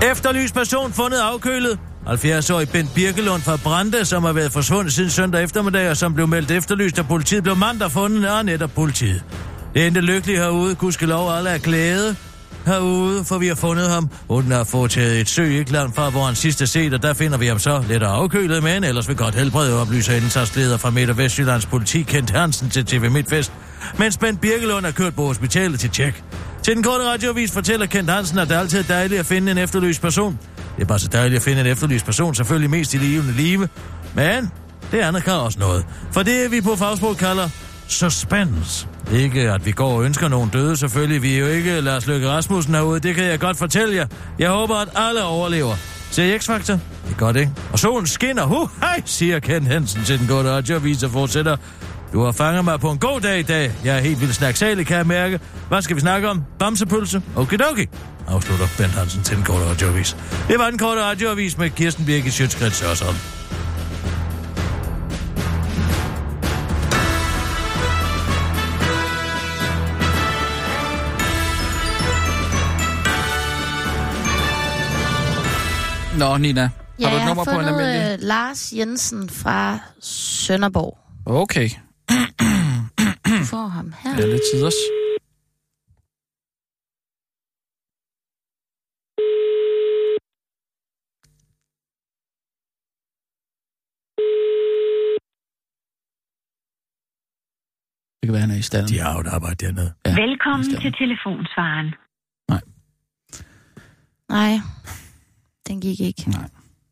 C: Efterlyst person fundet afkølet. halvfjerds-årig Bent Birkelund fra Brande, som har været forsvundet siden søndag eftermiddag, og som blev meldt efterlyst af politiet, blev mandag fundet af netop politiet. Det endte lykkeligt herude, gudskelov, alle er glæde herude, for vi har fundet ham, uden at få taget et søg ikke langt fra, hvor han sidst er set, og der finder vi ham så lidt afkølet, men ellers vil godt helbrede, oplyser indsatsleder fra Midt- og Vestjyllands politi, Kent Hansen, til T V MidtVest, mens Bent Birkelund er kørt på hospitalet til tjek. Til den korte radioavis fortæller Kent Hansen, at det altid er dejligt at finde en efterlyst person. Det er bare så dejligt at finde en efterlyst person, selvfølgelig mest i levende live, men det andet kan også noget. For det vi på fagsprog kalder suspense. Ikke at vi går og ønsker nogen døde, selvfølgelig. Vi er jo ikke Lars Løkke Rasmussen herude, det kan jeg godt fortælle jer. Jeg håber, at alle overlever. Ser I X-Factor? Det er godt, ikke? Og solen skinner. Hu, hej, siger Ken Hansen til den gode radioavis og fortsætter. Du har fanget mig på en god dag i dag. Jeg er helt vildt snaksalig, kan jeg mærke. Hvad skal vi snakke om? Bamsepølse? Okidoki, afslutter Bent Hansen til den korte radioavis. Det var den korte radioavis med Kirsten Birgit Schøtz-Krets Hørsholm.
B: Nå, Nina.
E: Ja,
B: har du et
E: jeg
B: nummer
E: har
B: på en
E: fundet
B: almindelig?
E: uh, Lars Jensen fra Sønderborg.
B: Okay.
E: Du får ham her.
B: Det er lidt tiders. Det kan være, han er i stedet.
C: De har jo et arbejde dernede.
J: Ja, velkommen til telefonsvaren.
B: Nej.
E: Nej, den gik ikke.
B: Nej.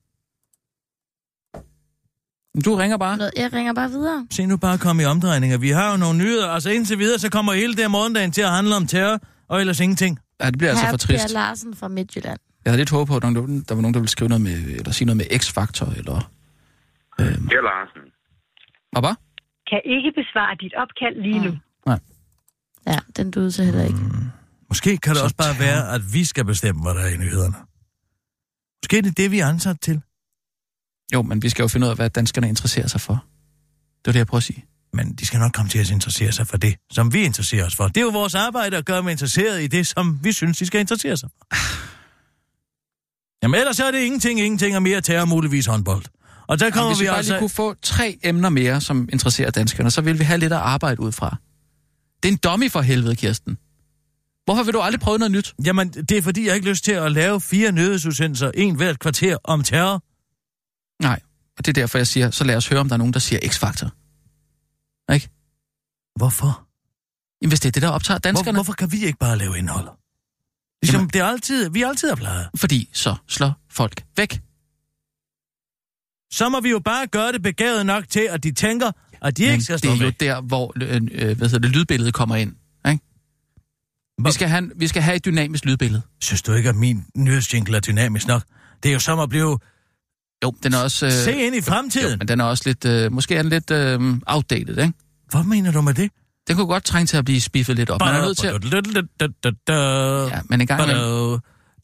B: Du ringer bare.
E: Jeg ringer bare videre.
C: Se nu bare komme i omdrejninger. Vi har jo nogle nyheder. Altså indtil videre, så kommer hele det morgendagen til at handle om terror, og ellers ingenting.
B: Ja, det bliver altså for trist.
E: Per Larsen fra Midtjylland.
B: Jeg havde lidt håbet på, at der var nogen, der ville skrive noget med, eller sige noget med X-Factor, eller... Øhm.
D: Per Larsen.
B: Hvad bare?
J: Kan ikke besvare dit opkald lige nu.
B: Nej.
E: Ja, den duede så heller ikke. Mm.
C: Måske kan det
B: så
C: også bare
B: terror.
C: være, at vi skal bestemme, hvad der er i nyhederne. Måske er det det, vi er ansat til.
B: Jo, men vi skal jo finde ud af, hvad danskerne interesserer sig for. Det er det, jeg prøver at sige.
C: Men de skal nok komme til at interessere sig for det, som vi interesserer os for. Det er jo vores arbejde at gøre dem interesseret i det, som vi synes, de skal interessere sig for. Jamen ellers er det ingenting, ingenting og mere terror, muligvis håndbold. Og der kommer
B: Jamen, hvis vi,
C: vi
B: bare
C: altså...
B: lige kunne få tre emner mere, som interesserer danskerne, så vil vi have lidt at arbejde ud fra. Det er en dummy for helvede, Kirsten. Hvorfor vil du aldrig prøve noget nyt?
C: Jamen, det er fordi, jeg har ikke lyst til at lave fire nyhedsudsendelser, en hvert kvarter om terror.
B: Nej, og det er derfor, jeg siger, så lad os høre, om der er nogen, der siger X-Factor. Ikke?
C: Hvorfor?
B: Jamen, hvis det er det, der optager danskerne...
C: Hvor, hvorfor kan vi ikke bare lave indhold? Ligesom, Jamen, det er altid, vi altid har plejet.
B: Fordi så slår folk væk.
C: Så må vi jo bare gøre det begavet nok til, at de tænker, at de
B: Men
C: ikke skal stå
B: det er jo
C: væk.
B: der, hvor øh, øh, hvad hedder det, lydbilledet kommer ind. Ikke? Vi, skal have, vi skal have et dynamisk lydbillede.
C: Synes du ikke, at min nyhedsjingle er dynamisk nok? Det er jo som at blive...
B: Jo, den er også... Øh,
C: Se ind i fremtiden.
B: Jo, men den er også lidt... Øh, måske er den lidt øh, outdated, ikke?
C: Hvad mener du med det?
B: Den kunne godt trænge til at blive spiffet lidt op. Man er nødt til at... Ja, men en gang imellem...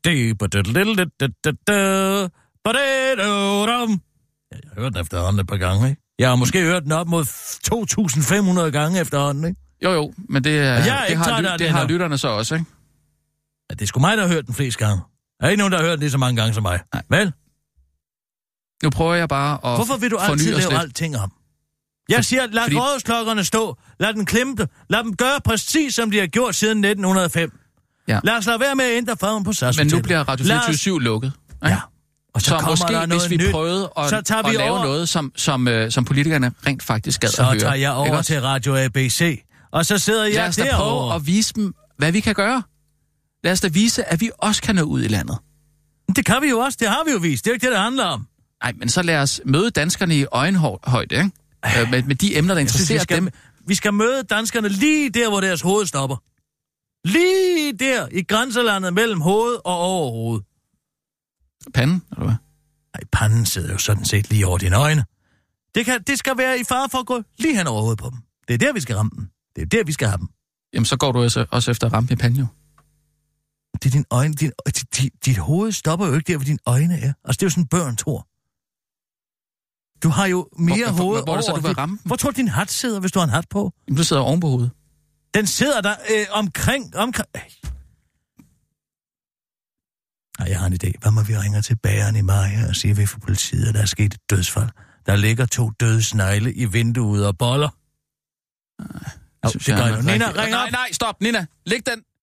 C: Jeg har hørt den efterhånden et par gange, ikke? Jeg har måske hørt den op mod to tusind fem hundrede gange efterhånden, ikke?
B: Jo, jo, men det, er,
C: jeg er
B: det, har, ly- det har lytterne så også, ikke?
C: Ja, det er sgu mig, der har hørt den flest gange. Der er ikke nogen, der har hørt den lige så mange gange som mig.
B: Nej.
C: Vel?
B: Nu prøver jeg bare at
C: Hvorfor vil du altid lave lidt? Alting om? Jeg siger, lad fordi... rådhusklokkerne stå. Lad den klempe. Lad dem gøre præcis, som de har gjort siden nitten hundrede og fem.
B: Ja.
C: Lad os lade være med at ændre farven på S A S.
B: Men nu bliver Radio fireogtyve syv os... lukket. Ikke?
C: Ja. Og så,
B: så måske, hvis vi
C: nyt,
B: prøvede at,
C: så tager vi
B: at lave
C: over...
B: noget, som, som, øh, som politikerne rent faktisk gad
C: så
B: at høre.
C: Så tager jeg over til Radio A B C, og så sidder jeg derovre.
B: Lad os da prøve at vise dem, hvad vi kan gøre. Lad os da vise, at vi også kan nå ud i landet.
C: Det kan vi jo også, det har vi jo vist. Det er jo ikke det, det handler om.
B: Nej, men så lad os møde danskerne i øjenhøjde, ikke? Øh, med, med de emner, der interesserer
C: synes, vi skal,
B: dem.
C: Vi skal møde danskerne lige der, hvor deres hoved stopper. Lige der, i grænselandet mellem hoved og overhoved.
B: Panden, eller hvad?
C: Nej, panden sidder jo sådan set lige over dine øjne. Det, kan, det skal være i fare for at gå lige hen over hovedet på dem. Det er der, vi skal ramme dem. Det er der, vi skal have dem.
B: Jamen, så går du også, også efter at ramme i panden, jo.
C: Det er din øjne. Din, dit, dit hoved stopper jo ikke der, hvor dine øjne er. Altså, det er jo sådan en børn, tror. Du har jo mere
B: hvor, hvor,
C: hoved
B: hvor, hvor, så,
C: over...
B: du vil ramme
C: hvor tror du, din hat sidder, hvis du har en hat på?
B: Jamen, du sidder oven på hovedet. Den
C: sidder der øh, omkring... omkring... Nej, jeg har en idé. Hvad må vi ringe til bageren i Maja og sige ved for politiet, at der er sket et dødsfald? Der ligger to døde snegle i vinduet og boller.
B: Nej,
C: Oh, det gør jeg. Nina, ring op!
B: Nej, nej, stop, Nina. Læg den.